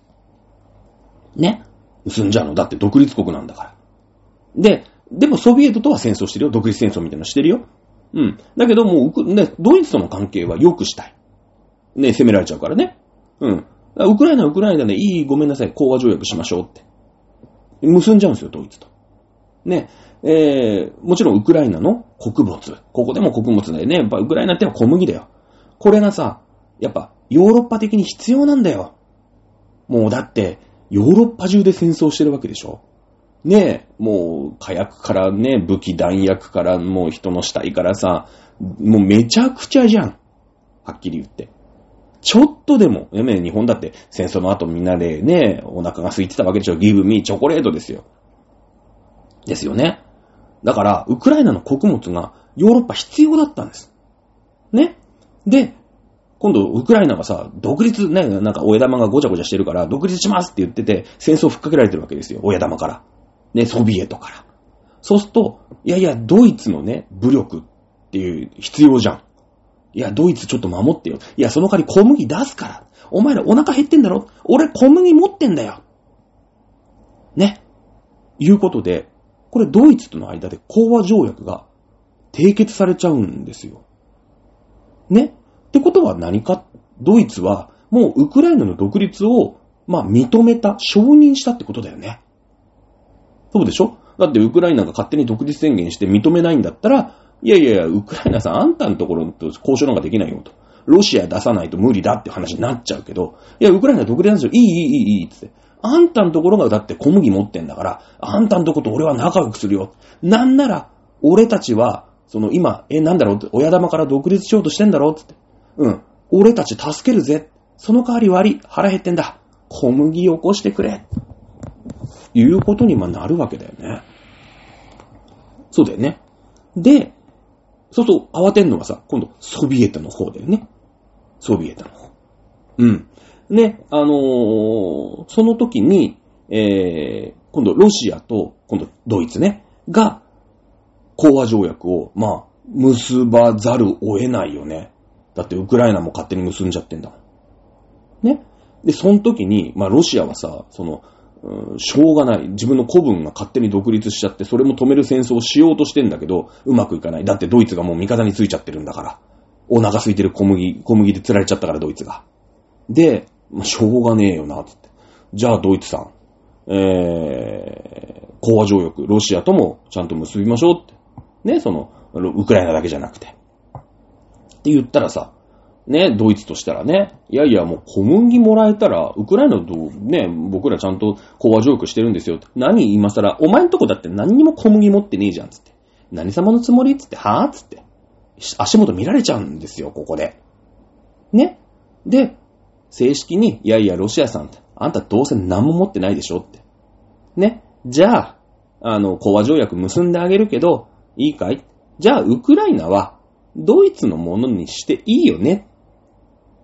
ね。結んじゃうの。だって独立国なんだから。で、でもソビエトとは戦争してるよ。独立戦争みたいなのしてるよ。うん。だけどもう、ね、ドイツとの関係は良くしたい。ね、攻められちゃうからね。うん。ウクライナはウクライナでいい、ごめんなさい、講和条約しましょうって。結んじゃうんですよ、ドイツと。ね。えー、もちろんウクライナの穀物。ここでも穀物だよね。やっぱウクライナっては小麦だよ。これがさ、やっぱヨーロッパ的に必要なんだよ。もうだって、ヨーロッパ中で戦争してるわけでしょ。ねえ、もう火薬からね、武器弾薬からもう人の死体からさ、もうめちゃくちゃじゃん。はっきり言って。ちょっとでも、ね、日本だって戦争の後みんなでね、お腹が空いてたわけでしょ。ギブミーチョコレートですよ。ですよね。だから、ウクライナの穀物がヨーロッパ必要だったんです。ね。で、今度、ウクライナがさ、独立ね、なんか親玉がごちゃごちゃしてるから、独立しますって言ってて、戦争をふっかけられてるわけですよ。親玉から。ね、ソビエトから。そうすると、いやいや、ドイツのね、武力っていう必要じゃん。いや、ドイツちょっと守ってよ。いや、その代わり小麦出すから。お前らお腹減ってんだろ？俺小麦持ってんだよ。ね。いうことで、これドイツとの間で講和条約が締結されちゃうんですよ。ね。ってことは何か、ドイツはもうウクライナの独立を、まあ認めた、承認したってことだよね。そうでしょ？だってウクライナが勝手に独立宣言して認めないんだったら、いやいやいや、ウクライナさん、あんたのところと交渉なんかできないよと。ロシア出さないと無理だって話になっちゃうけど、いや、ウクライナ独立なんですよ。いい、いい、いい、いい、つって。あんたのところがだって小麦持ってんだから、あんたのところと俺は仲良くするよ。なんなら、俺たちは、その今、え、なんだろうって、親玉から独立しようとしてんだろうつって。うん。俺たち助けるぜ。その代わり悪い。腹減ってんだ。小麦を起こしてくれ。いうことにまなるわけだよね。そうだよね。で、そうそう、慌てんのがさ、今度、ソビエトの方だよね。ソビエトの方。うん。ね、あのー、その時に、えー、今度、ロシアと、今度、ドイツね、が、講和条約を、まあ、結ばざるを得ないよね。だって、ウクライナも勝手に結んじゃってんだもん。ね。で、その時に、まあ、ロシアはさ、その、うん、しょうがない。自分の子分が勝手に独立しちゃって、それも止める戦争をしようとしてんだけど、うまくいかない。だってドイツがもう味方についちゃってるんだから。お腹空いてる小麦、小麦で釣られちゃったからドイツが。で、まあ、しょうがねえよな、つって。じゃあドイツさん、えー、講和条約、ロシアともちゃんと結びましょうって。ね、その、ウクライナだけじゃなくて。って言ったらさ、ね、ドイツとしたらね、いやいやもう小麦もらえたら、ウクライナとね、僕らちゃんと講和条約してるんですよ。何今更、お前んとこだって何にも小麦持ってねえじゃん、つって。何様のつもりつって、はぁつって。足元見られちゃうんですよ、ここで。ね。で、正式に、いやいや、ロシアさん、あんたどうせ何も持ってないでしょって。ね。じゃあ、あの、講和条約結んであげるけど、いいかい？じゃあ、ウクライナは、ドイツのものにしていいよね。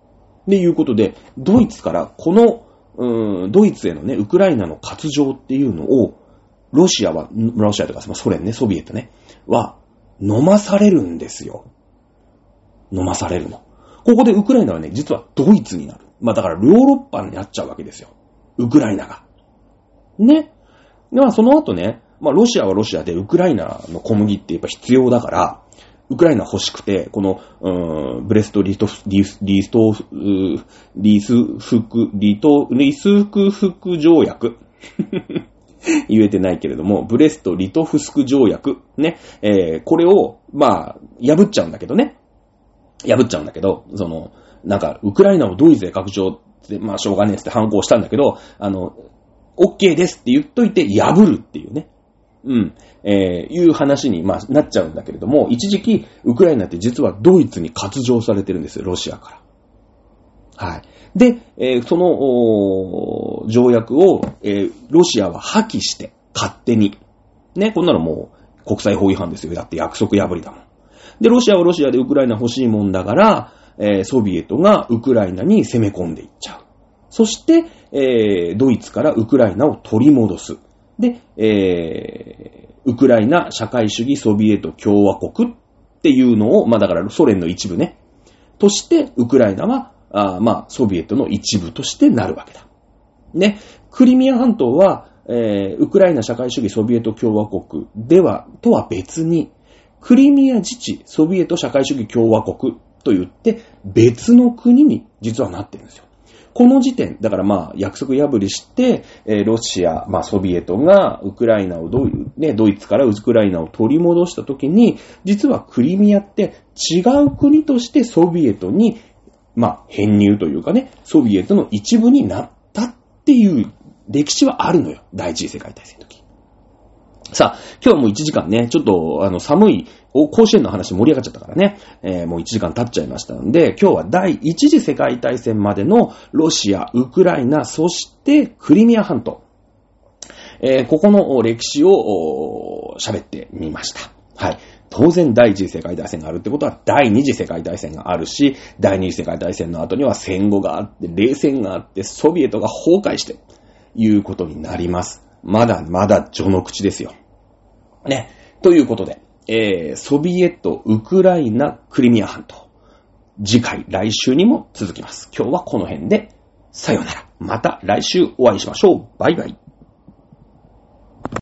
でいうことで、ドイツからこの、うーん、ドイツへのね、ウクライナの割譲っていうのを、ロシアは、ロシアとかソ連ね、ソビエトね、は、飲まされるんですよ。飲まされるの。ここでウクライナはね、実はドイツになる。まあだからヨーロッパになっちゃうわけですよ。ウクライナが。ね。で、まあその後ね、まあロシアはロシアでウクライナの小麦ってやっぱ必要だから、ウクライナ欲しくて、この、うーん、ブレストリト、リス、リスト、リスフク、リト、リスクフク条約。言えてないけれども、ブレスト・リトフスク条約。ね。えー、これを、まあ、破っちゃうんだけどね。破っちゃうんだけど、その、なんか、ウクライナをドイツへ拡張って、まあ、しょうがねえって反抗したんだけど、あの、OK ですって言っといて破るっていうね。うん。えー、いう話に、まあ、なっちゃうんだけれども、一時期、ウクライナって実はドイツに割譲されてるんですよ、ロシアから。はい。で、えー、その、条約を、えー、ロシアは破棄して、勝手に。ね、こんなのもう、国際法違反ですよ。だって約束破りだもん。で、ロシアはロシアでウクライナ欲しいもんだから、えー、ソビエトがウクライナに攻め込んでいっちゃう。そして、えー、ドイツからウクライナを取り戻す。で、えー、ウクライナ社会主義ソビエト共和国っていうのを、まあだからソ連の一部ね、として、ウクライナは、あまあ、ソビエトの一部としてなるわけだ。ね。クリミア半島は、えー、ウクライナ社会主義ソビエト共和国では、とは別に、クリミア自治ソビエト社会主義共和国と言って、別の国に実はなってるんですよ。この時点、だからまあ、約束破りして、えー、ロシア、まあ、ソビエトがウクライナをどういう、ね、ドイツからウクライナを取り戻したときに、実はクリミアって違う国としてソビエトにまあ、編入というかね、ソビエトの一部になったっていう歴史はあるのよ。第一次世界大戦の時。さあ、今日はもういちじかんね、ちょっとあの寒い、甲子園の話盛り上がっちゃったからね、えー、もういちじかん経っちゃいましたので、今日は第一次世界大戦までのロシア、ウクライナ、そしてクリミア半島。えー、ここの歴史を喋ってみました。はい。当然第一次世界大戦があるってことは第二次世界大戦があるし、第二次世界大戦の後には戦後があって、冷戦があって、ソビエトが崩壊して、いうことになります。まだまだ序の口ですよ。ね。ということで、えー、ソビエト、ウクライナ、クリミア半島。次回、来週にも続きます。今日はこの辺で、さようなら。また来週お会いしましょう。バイバイ。